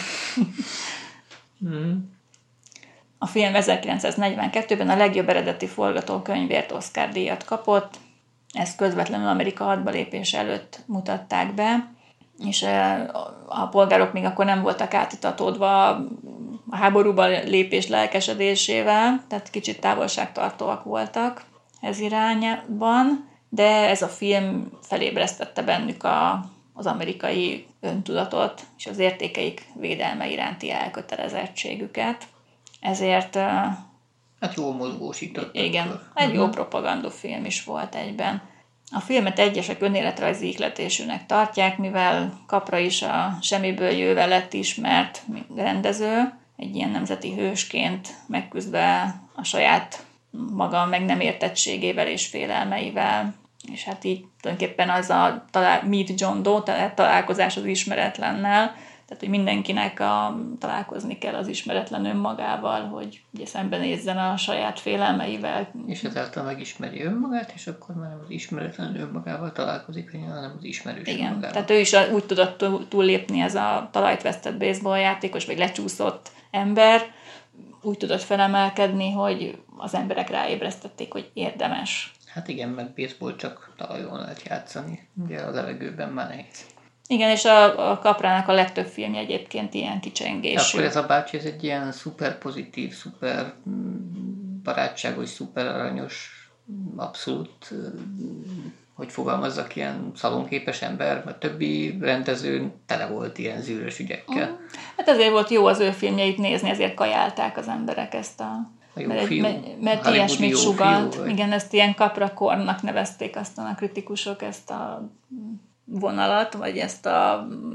hmm. A film ezerkilencszáznegyvenkettőben a legjobb eredeti forgatókönyvért Oscar-díjat kapott, ezt közvetlenül Amerika hadbalépés előtt mutatták be, és a polgárok még akkor nem voltak átitatódva a háborúba lépés lelkesedésével, tehát kicsit távolságtartóak voltak ez irányban, de ez a film felébresztette bennük a, az amerikai öntudatot és az értékeik védelme iránti elkötelezettségüket. Ezért... Hát jól mozgósított. Igen, egy jó propagandafilm is volt egyben. A filmet egyesek önéletrajzi ihletésűnek tartják, mivel Capra is a semmiből jöve lett ismert rendező, egy ilyen nemzeti hősként megküzdve a saját maga meg nem értettségével és félelmeivel. És hát így tulajdonképpen az a talál, Meet John Doe, tehát találkozás az ismeretlennel, tehát, hogy mindenkinek a, találkozni kell az ismeretlen önmagával, hogy ugye szembenézzen a saját félelmeivel. És ezáltal megismeri önmagát, és akkor már nem az ismeretlen önmagával találkozik, hanem az ismerős Igen, önmagával. Tehát ő is úgy tudott túllépni, ez a talajt vesztett baseball játékos, vagy lecsúszott ember, úgy tudott felemelkedni, hogy az emberek ráébresztették, hogy érdemes. Hát igen, mert baseball csak talajon lehet játszani, ugye a levegőben már nehéz. Igen, és a, a Caprának a legtöbb filmje egyébként ilyen kicsengésű. Akkor ez a bácsi, ez egy ilyen szuper pozitív, szuper barátságos, szuper aranyos, abszolút, hogy fogalmazzak, ilyen szalonképes ember, mert többi rendező tele volt ilyen zűrös ügyekkel. Mm. Hát ezért volt jó az ő filmjeit nézni, ezért kajálták az emberek ezt a... a jó mert fiú, mert, mert ilyesmit sugalt. Igen, ezt ilyen Capra-kornak nevezték aztán a kritikusok ezt a vonalat, vagy ezt a,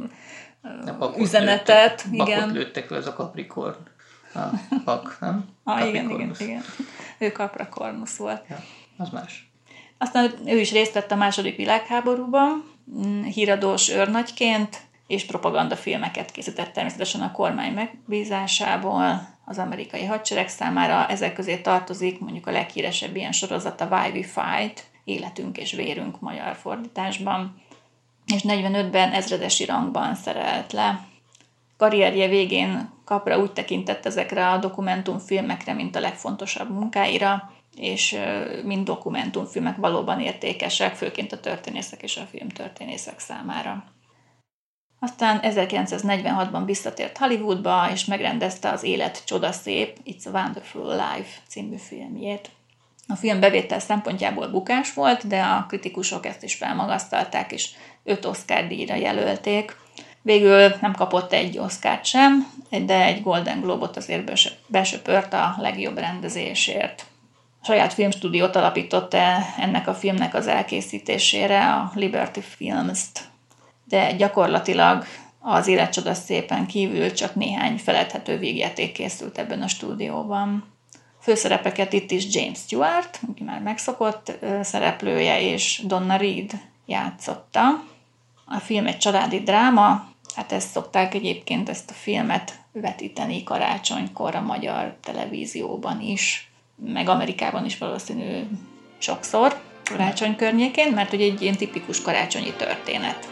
a üzenetet. Lőttek, igen. Bakot lőttek le, ez a Capricorn. A bak, nem? Ah, igen, igen, igen. Ő Capricornus volt. Ja, az más. Aztán ő is részt vett a második világháborúban, híradós őrnagyként, és propagandafilmeket készített természetesen a kormány megbízásából az amerikai hadsereg számára. Ezek közé tartozik mondjuk a leghíresebb ilyen sorozat, a Why We Fight, Életünk és vérünk magyar fordításban, és negyvenötben ezredesi rangban szerelt le. Karrierje végén Capra úgy tekintett ezekre a dokumentumfilmekre, mint a legfontosabb munkáira, és mind dokumentumfilmek valóban értékesek, főként a történészek és a filmtörténészek számára. Aztán ezerkilencszáznegyvenhatban visszatért Hollywoodba, és megrendezte az Élet csodaszép, It's a Wonderful Life című filmjét. A film bevétel szempontjából bukás volt, de a kritikusok ezt is felmagasztalták, és öt Oscar-díjra jelölték. Végül nem kapott egy Oscart sem, de egy Golden Globe-ot azért besöpört a legjobb rendezésért. A saját filmstúdiót alapított ennek a filmnek az elkészítésére, a Liberty Films-t, de gyakorlatilag az Élet csodaszépen kívül csak néhány feledhető vígjáték készült ebben a stúdióban. Főszerepeket itt is James Stewart, aki már megszokott szereplője, és Donna Reed játszotta. A film egy családi dráma, hát ezt szokták egyébként ezt a filmet vetíteni karácsonykor a magyar televízióban is, meg Amerikában is valószínű sokszor karácsony környékén, mert ugye egy ilyen tipikus karácsonyi történet.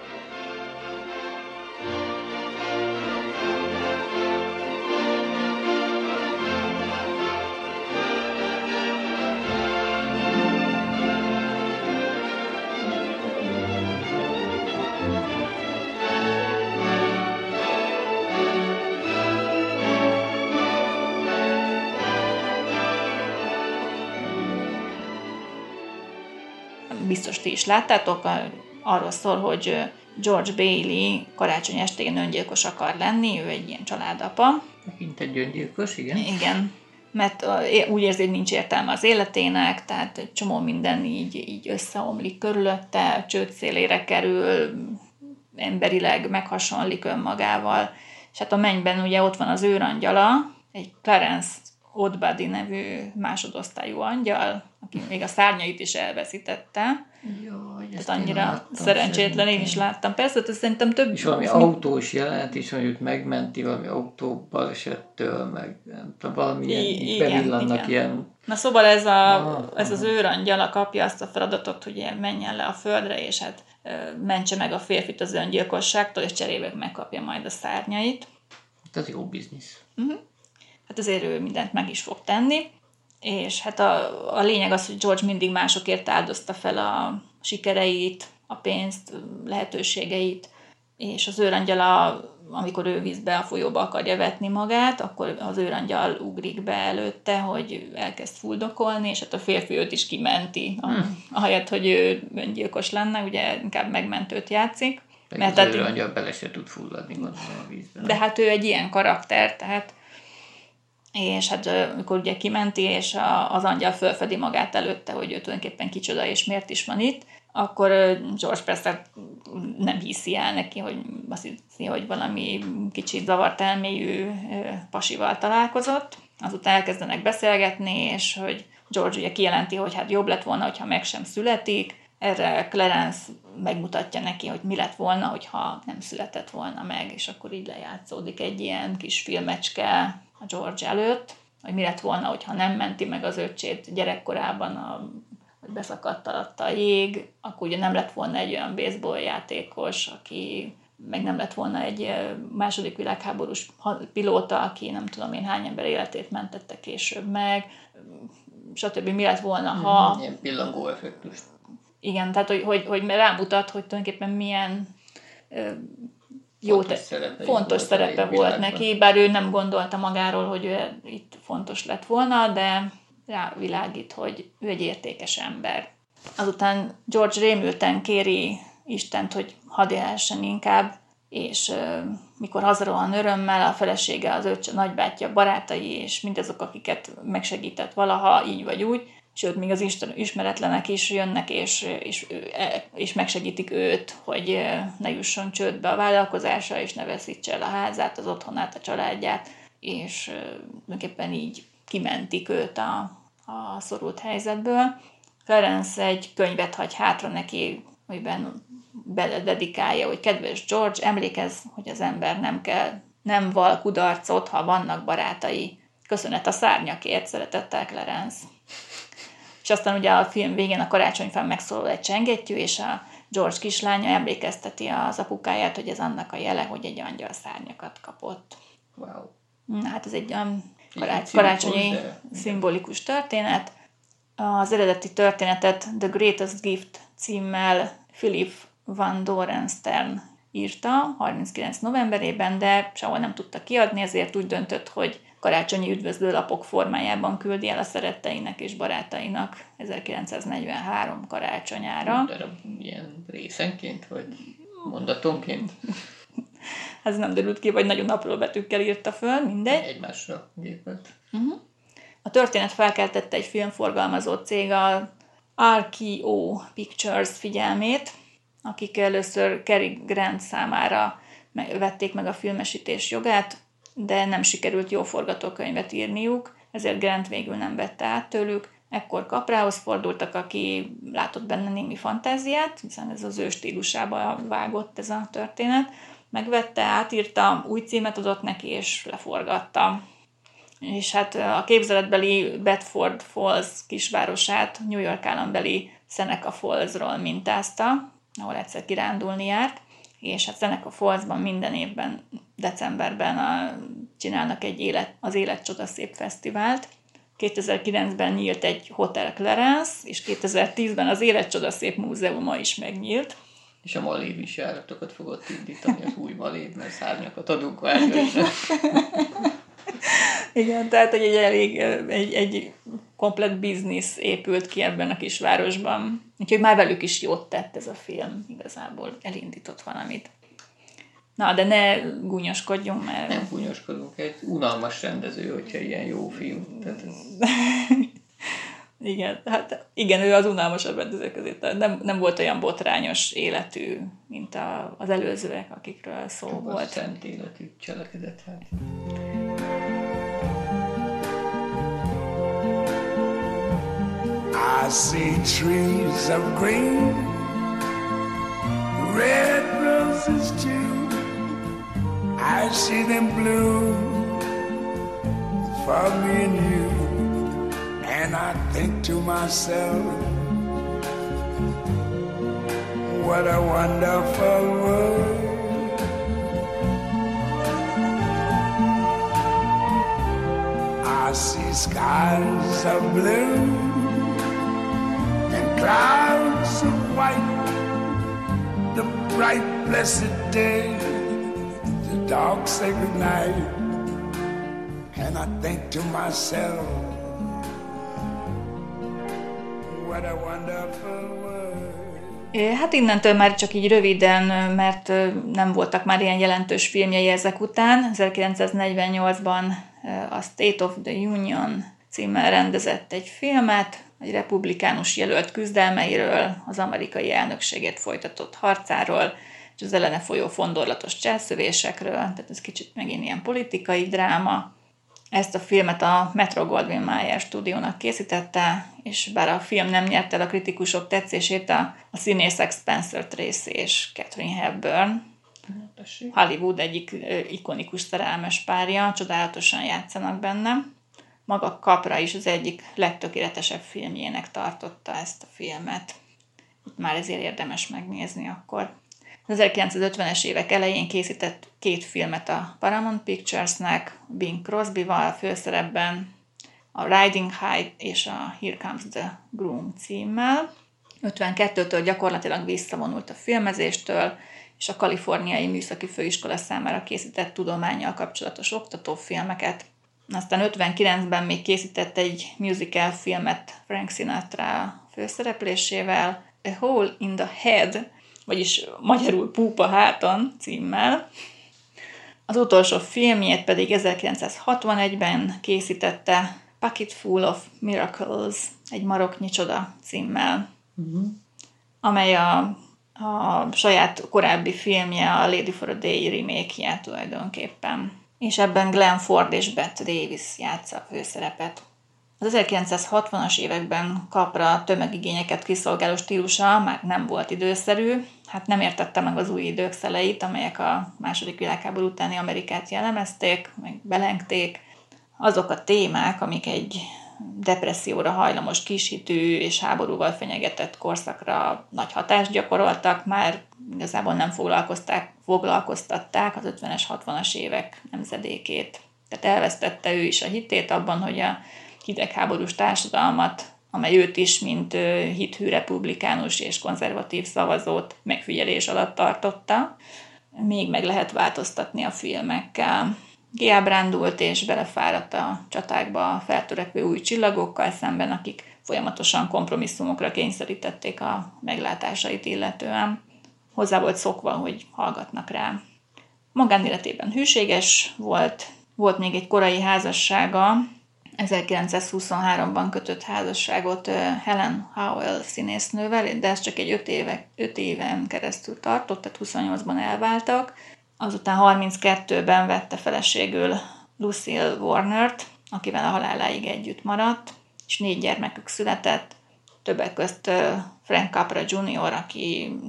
Biztos ti is láttátok, arról szól, hogy George Bailey karácsony estén öngyilkos akar lenni, ő egy ilyen családapa. Megint egy öngyilkos, igen. Igen. mert úgy érzi, hogy nincs értelme az életének, tehát egy csomó minden így, így összeomlik körülötte, csőd szélére kerül, emberileg meghasonlik önmagával, és hát a mennyben ugye ott van az őrangyala, egy Clarence Odbody nevű másodosztályú angyal, aki még a szárnyait is elveszítette. Jaj, tehát annyira szerencsétlen, én is láttam. Persze, hogy szerintem több... És valami autós jelent is, hogy őt megmenti valami autó balesettől, meg nem tudom, valamilyen, I- bevillannak igen. ilyen... Na szóval ez, a, ah, ez az őrangyala kapja azt a feladatot, hogy menjen le a földre, és hát mentse meg a férfit az öngyilkosságtól, és cserébe megkapja majd a szárnyait. Ez jó biznisz. Uh-huh. Hát azért ő mindent meg is fog tenni, és hát a, a lényeg az, hogy George mindig másokért áldozta fel a sikereit, a pénzt, lehetőségeit, és az őrangyala, amikor ő vízbe, a folyóba akarja vetni magát, akkor az őrangyal ugrik be előtte, hogy elkezd fuldokolni, és hát a férfi őt is kimenti, hmm. ahelyett, hogy ő öngyilkos lenne, ugye inkább megmentőt játszik. Mert az hát, őrangyal bele se tud fulladni, gondolom a vízbe. De hát ő egy ilyen karakter, tehát és hát amikor ugye kimenti, és a, az angyal fölfedi magát előtte, hogy ő tulajdonképpen kicsoda, és miért is van itt, akkor George persze nem hiszi el neki, hogy azt hiszi, hogy valami kicsit zavart elmélyű pasival találkozott. Azután elkezdenek beszélgetni, és hogy George ugye kijelenti, hogy hát jobb lett volna, hogyha meg sem születik. Erre Clarence megmutatja neki, hogy mi lett volna, hogyha nem született volna meg, és akkor így lejátszódik egy ilyen kis filmecske a George előtt, hogy mi lett volna, hogyha nem menti meg az öccsét gyerekkorában, a, hogy beszakadt alatta a jég, akkor ugye nem lett volna egy olyan baseball játékos, aki meg nem lett volna egy második világháborús pilóta, aki nem tudom én hány ember életét mentette később meg, stb. Mi lett volna, ha... Ilyen pillangó effektus. Igen, tehát hogy, hogy, hogy rámutat, hogy tulajdonképpen milyen ö, jó fontos te, szerepe, fontos szerepe volt neki, bár ő nem gondolta magáról, hogy ő itt fontos lett volna, de rávilágít, hogy ő egy értékes ember. Azután George rémülten kéri Istent, hogy hadd élhessen inkább, és ö, mikor hazarohan örömmel, a felesége, az öccse, nagybátyja, barátai, és mindazok, akiket megsegített valaha, így vagy úgy, sőt, még az Isten ismeretlenek is jönnek, és, és, és megsegítik őt, hogy ne jusson csődbe a vállalkozása, és ne veszítse el a házát, az otthonát, a családját, és tulajdonképpen így kimentik őt a, a szorult helyzetből. Clarence egy könyvet hagy hátra neki, amiben belededikálja, hogy kedves George, emlékezz, hogy az ember nem kell, nem val kudarcot, ha vannak barátai. Köszönet a szárnyakért, szeretettel Clarence. És aztán ugye a film végén a karácsonyfán megszólal egy csengettyű, és a George kislánya emlékezteti az apukáját, hogy ez annak a jele, hogy egy angyal szárnyakat kapott. Wow. Na, hát ez egy olyan karács- karácsonyi de... szimbolikus történet. Az eredeti történetet The Greatest Gift címmel Philip Van Dorenstern írta harminckilenc novemberében, de sehol nem tudta kiadni, ezért úgy döntött, hogy karácsonyi üdvözlőlapok formájában küldi el a szeretteinek és barátainak ezerkilencszáznegyvenhárom karácsonyára. De ilyen részenként, vagy mondatonként? Ez nem derült ki, vagy nagyon apró betűkkel írta föl, mindegy. Egymásra gépelt. Uh-huh. A történet felkeltette egy filmforgalmazó cég, a R K O Pictures figyelmét, akik először Cary Grant számára vették meg a filmesítés jogát, de nem sikerült jó forgatókönyvet írniuk, ezért Grant végül nem vette át tőlük. Ekkor Caprahoz fordultak, aki látott benne némi fantáziát, hiszen ez az ő stílusába vágott ez a történet. Megvette, átírta, új címet adott neki, és leforgatta. És hát a képzeletbeli Bedford Falls kisvárosát New York állambeli Seneca Fallsról mintázta, ahol egyszer kirándulni járt, és hát Seneca Fallsban minden évben decemberben a, csinálnak egy élet, az Életcsoda Szép Fesztivált. kétezer-kilencben nyílt egy Hotel Clarence, és kétezer-tízben az Életcsoda Szép Múzeuma is megnyílt. És a malév is járatokat fogott indítani, az új malév, mert szárnyakat adunk vágyasra. Igen, tehát egy, egy elég, egy, egy komplett biznisz épült ki ebben a kisvárosban. Úgyhogy már velük is jót tett ez a film, igazából elindított valamit. Na, de ne gúnyoskodjunk, mert... Nem gúnyoskodunk, egy unalmas rendező, hogyha ilyen jó film. Tehát ez... igen, hát igen, ő az unalmasabb rendezők közé. Nem, nem volt olyan botrányos életű, mint a, az előzőek, akikről szó Csak volt. az szent életű cselekedet, hát. I see trees of green, red roses too. I see them bloom for me and you. And I think to myself, what a wonderful world. I see skies of blue and clouds of white, the bright blessed day, the dark sacred night. And I think to myself, what a wonderful world. Hát innentől már csak így röviden, mert nem voltak már ilyen jelentős filmjei ezek után. ezerkilencszáznegyvennyolcban a State of the Union címmel rendezett egy filmet, egy republikánus jelölt küzdelmeiről, az amerikai elnökségért folytatott harcáról, és az ellene folyó fondorlatos cselszövésekről, tehát ez kicsit megint ilyen politikai dráma. Ezt a filmet a Metro-Goldwyn-Mayer stúdiónak készítette, és bár a film nem nyerte el a kritikusok tetszését, a, a színészek Spencer Tracy és Katharine Hepburn, Hollywood egyik ikonikus szerelmes párja, csodálatosan játszanak benne. Maga Capra is az egyik legtökéletesebb filmjének tartotta ezt a filmet. Itt már ezért érdemes megnézni akkor. Az ezerkilencszázötvenes évek elején készített két filmet a Paramount Picturesnek, Bing Crosbyval a főszerepben, a Riding High és a Here Comes the Groom címmel. ötvenkettőtől gyakorlatilag visszavonult a filmezéstől, és a Kaliforniai Műszaki Főiskola számára készített tudománnyal kapcsolatos oktatófilmeket. Aztán ötvenkilencben még készített egy musical filmet Frank Sinatra főszereplésével, A Hole in the Head, vagyis magyarul Púp a háton címmel. Az utolsó filmjét pedig ezerkilencszázhatvanegyben készítette Pocket Full of Miracles, egy maroknyi csoda címmel, uh-huh. amely a, a saját korábbi filmje, a Lady for a Day remake-je tulajdonképpen. És ebben Glenn Ford és Bette Davis játsza a főszerepet. Az ezerkilencszázhatvanas években Capra tömegigényeket kiszolgáló stílusa már nem volt időszerű, hát nem értette meg az új idők szeleit, amelyek a második világháború utáni Amerikát jellemezték, meg belengték. Azok a témák, amik egy depresszióra hajlamos kishitű és háborúval fenyegetett korszakra nagy hatást gyakoroltak, már igazából nem foglalkozták, foglalkoztatták az ötvenes, hatvanas évek nemzedékét. Tehát elvesztette ő is a hitét abban, hogy a hidegháborús társadalmat, amely őt is, mint hithű republikánus és konzervatív szavazót megfigyelés alatt tartotta, még meg lehet változtatni a filmekkel. Kiábrándult és belefáradt a csatákba feltörekvő új csillagokkal szemben, akik folyamatosan kompromisszumokra kényszerítették a meglátásait illetően. Hozzá volt szokva, hogy hallgatnak rá. Magánéletében hűséges volt, volt még egy korai házassága, ezerkilencszázhuszonháromban kötött házasságot Helen Howell színésznővel, de ez csak egy öt, éve, öt éven keresztül tartott, tehát huszonnyolcban elváltak. Azután harminckettőben vette feleségül Lucille Warnert, akivel a haláláig együtt maradt, és négy gyermekük született, többek közt Frank Capra junior, aki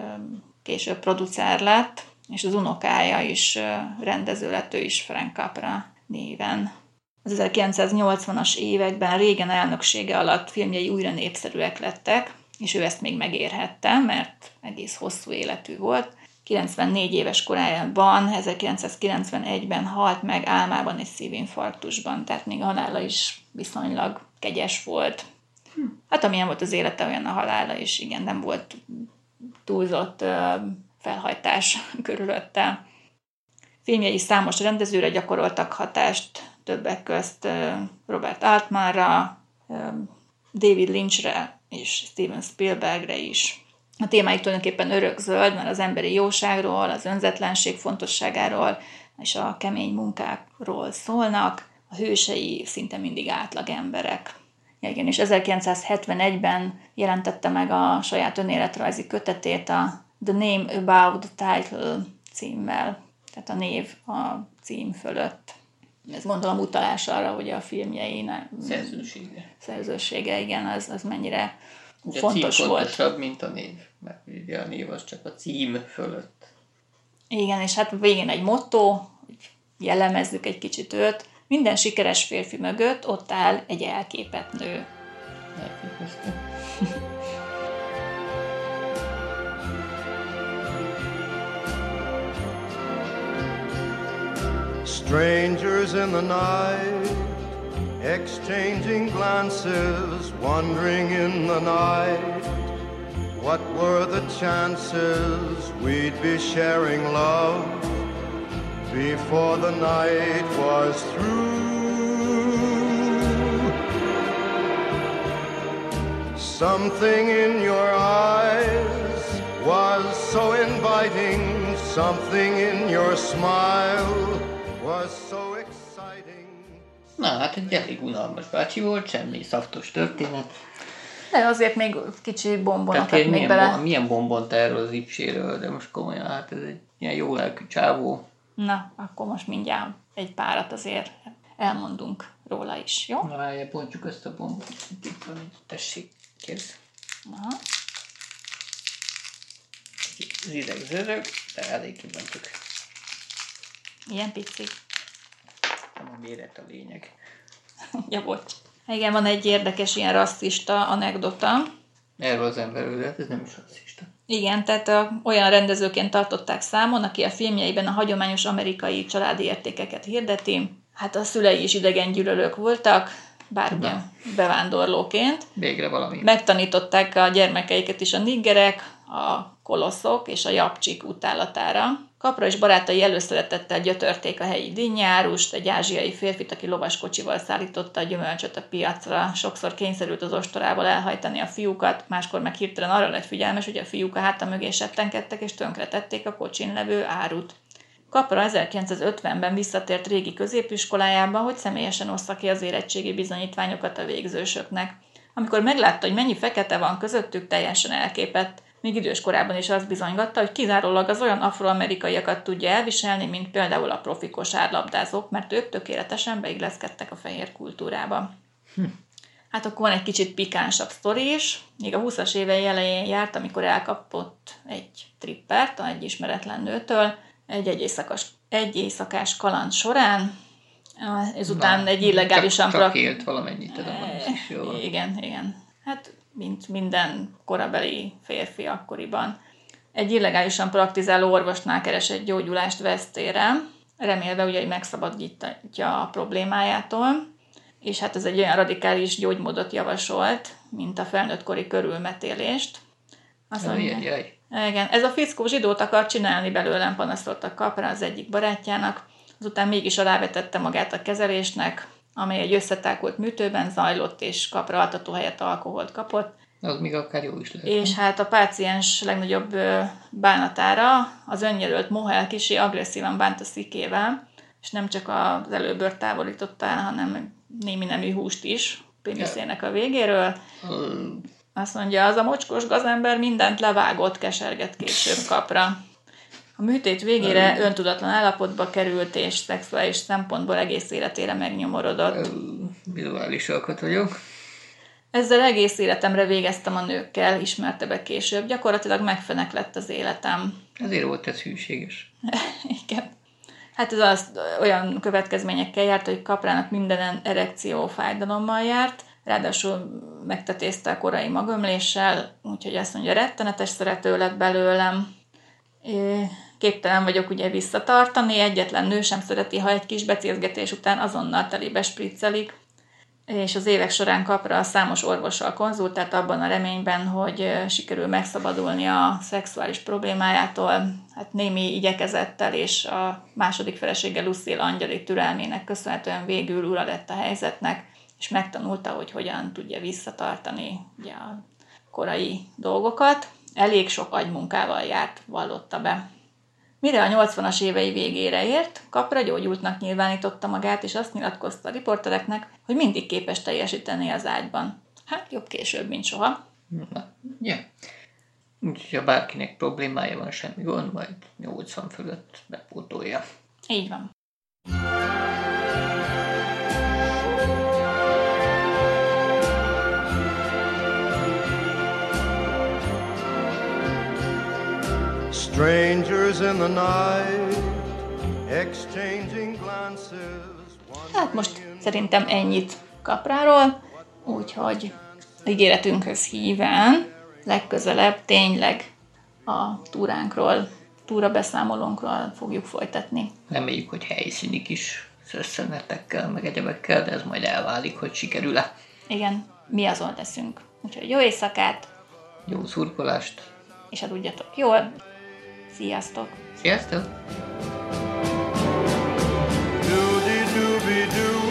később producer lett, és az unokája is rendező lett, ő is Frank Capra néven. Az ezerkilencszáznyolcvanas években Reagan elnöksége alatt filmjei újra népszerűek lettek, és ő ezt még megérhette, mert egész hosszú életű volt. kilencvennégy éves korában, ezerkilencszázkilencvenegyben halt meg álmában egy szívinfarktusban, tehát még a halála is viszonylag kegyes volt. Hát amilyen volt az élete, olyan a halála is, igen, nem volt túlzott uh, felhajtás körülötte. Filmjei számos rendezőre gyakoroltak hatást, többek közt uh, Robert Altmanra, uh, David Lynchre és Steven Spielbergre is. A témáik tulajdonképpen örökzöld, mert az emberi jóságról, az önzetlenség fontosságáról és a kemény munkákról szólnak. A hősei szinte mindig átlag emberek. Ja, igen, és ezerkilencszázhetvenegyben jelentette meg a saját önéletrajzi kötetét, a The Name Above the Title címmel, tehát a név a cím fölött. Ez gondolom utalás arra, hogy a filmjei szerzősége. Szerzősége, igen, az, az mennyire ugye fontos a cím volt. fontosabb, mint a név, mert ugye a név az csak a cím fölött. Igen, és hát végén egy motto, hogy jellemezzük egy kicsit őt. Minden sikeres férfi mögött ott áll egy elképett nő. Elképesztő. Strangers in the night, exchanging glances, wandering in the night. What were the chances we'd be sharing love before the night was through? Something in your eyes was so inviting, something in your smile was so exciting. Na, hát egy elég unalmas bácsi volt, semmi szaftos történet. De azért még kicsi bombonokat Tehát még milyen, bele. Bon, milyen bombont erről az ipséről, de most komolyan, hát ez egy ilyen jó lelkű csávó. Na, akkor most mindjárt egy párat azért elmondunk róla is, jó? Na, várjál, bontjuk ezt a bombot. Itt van, tessék, kérdez. Aha. Zizeg, zörög, de elég kibontjuk. Ilyen pici. Nem a méret a lényeg. Ja, bocs. Igen, van egy érdekes ilyen rasszista anekdota. Erről az emberről, de ez nem is rasszista. Igen, tehát a, olyan rendezőként tartották számon, aki a filmjeiben a hagyományos amerikai családi értékeket hirdeti. Hát a szülei is idegengyűlölők voltak, bár ugye bevándorlóként. Végre valami. Megtanították a gyermekeiket is a niggerek, a koloszok és a japcsik utálatára. Kapra és barátai előszeretettel gyötörték a helyi dinnyárust, egy ázsiai férfit, aki lovaskocsival szállította a gyümölcsöt a piacra. Sokszor kényszerült az ostorával elhajtani a fiúkat, máskor meg hirtelen arra lett figyelmes, hogy a fiúk a háta mögé settenkedtek és tönkretették a kocsin levő árut. Kapra ezerkilencszázötvenben visszatért régi középiskolájába, hogy személyesen ossza ki az érettségi bizonyítványokat a végzősöknek. Amikor meglátta, hogy mennyi fekete van közöttük, teljesen elképett. Még idős korában is azt bizonygatta, hogy kizárólag az olyan afroamerikaiakat tudja elviselni, mint például a profi kosárlabdázók, mert ők tökéletesen beilleszkedtek a fehér kultúrába. Hm. Hát akkor van egy kicsit pikánsabb sztori is. Még a húszas évei elején járt, amikor elkapott egy trippert egy ismeretlen nőtől, egy egy éjszakás, egy éjszakás kaland során. Ezután Na, egy illegálisan... Csak, csak élt valamennyit, ez a is jó. Igen, igen. Hát mint minden korabeli férfi akkoriban. Egy illegálisan praktizáló orvosnál keresett gyógyulást vesztére, remélve ugye, hogy megszabadítja a problémájától, és hát ez egy olyan radikális gyógymódot javasolt, mint a felnőttkori körülmetélést. Azt mondja, igen, ez a fickó zsidót akar csinálni belőlem, panaszoltak Kapra az egyik barátjának, azután mégis alávetette magát a kezelésnek, amely egy összetákult műtőben zajlott, és Kapra altató helyett alkoholt kapott. Az még akár jó is lehet. És hát a páciens legnagyobb bánatára az önjelölt Mohel kissé agresszívan bánt a szikével, és nem csak az előbört távolította el, hanem némi nemű húst is péniszének a végéről. Um. Azt mondja, az a mocskos gazember mindent levágott, keserget később Kapra. A műtét végére öntudatlan állapotba került, és szexuális szempontból egész életére megnyomorodott. Vizuális alkat vagyok. Ezzel egész életemre végeztem a nőkkel, ismerte be később. Gyakorlatilag megfenek lett az életem. Ezért volt ez hűséges. Igen. Hát ez az olyan következményekkel járt, hogy Kaprának minden erekció fájdalommal járt, ráadásul megtetézte a korai magömléssel, úgyhogy azt mondja, rettenetes szerető lett belőlem. Képtelen vagyok ugye visszatartani, egyetlen nő sem szereti, ha egy kis becézgetés után azonnal telébe spriccelik, és az évek során Kapra számos orvossal konzultált abban a reményben, hogy sikerül megszabadulni a szexuális problémájától. Hát némi igyekezettel és a második felesége Lucille angyali türelmének köszönhetően végül ura lett a helyzetnek, és megtanulta, hogy hogyan tudja visszatartani ugye a korai dolgokat. elég sok agymunkával járt, vallotta be. Mire a nyolcvanas évei végére ért, Capra gyógyultnak nyilvánította magát, és azt nyilatkozta a riportereknek, hogy mindig képes teljesíteni az ágyban. Hát jobb később, mint soha. Na, ja. Úgyhogy ha bárkinek problémája van, semmi gond, majd nyolcvan fölött bepótolja. Így van. Strangers in the night, exchanging glances. Hát most szerintem ennyit Capráról, úgyhogy ígéretünkhöz híven legközelebb tényleg a túránkról, túrabeszámolónkról fogjuk folytatni. Reméljük, hogy helyszíni kis szösszenetekkel, meg egyebekkel, de ez majd elválik, hogy sikerül-e. Igen, mi azon leszünk. Úgyhogy jó éjszakát, Jó szurkolást! és aludjatok jól. Sziasztok! Sziasztok! Doody dooby doo.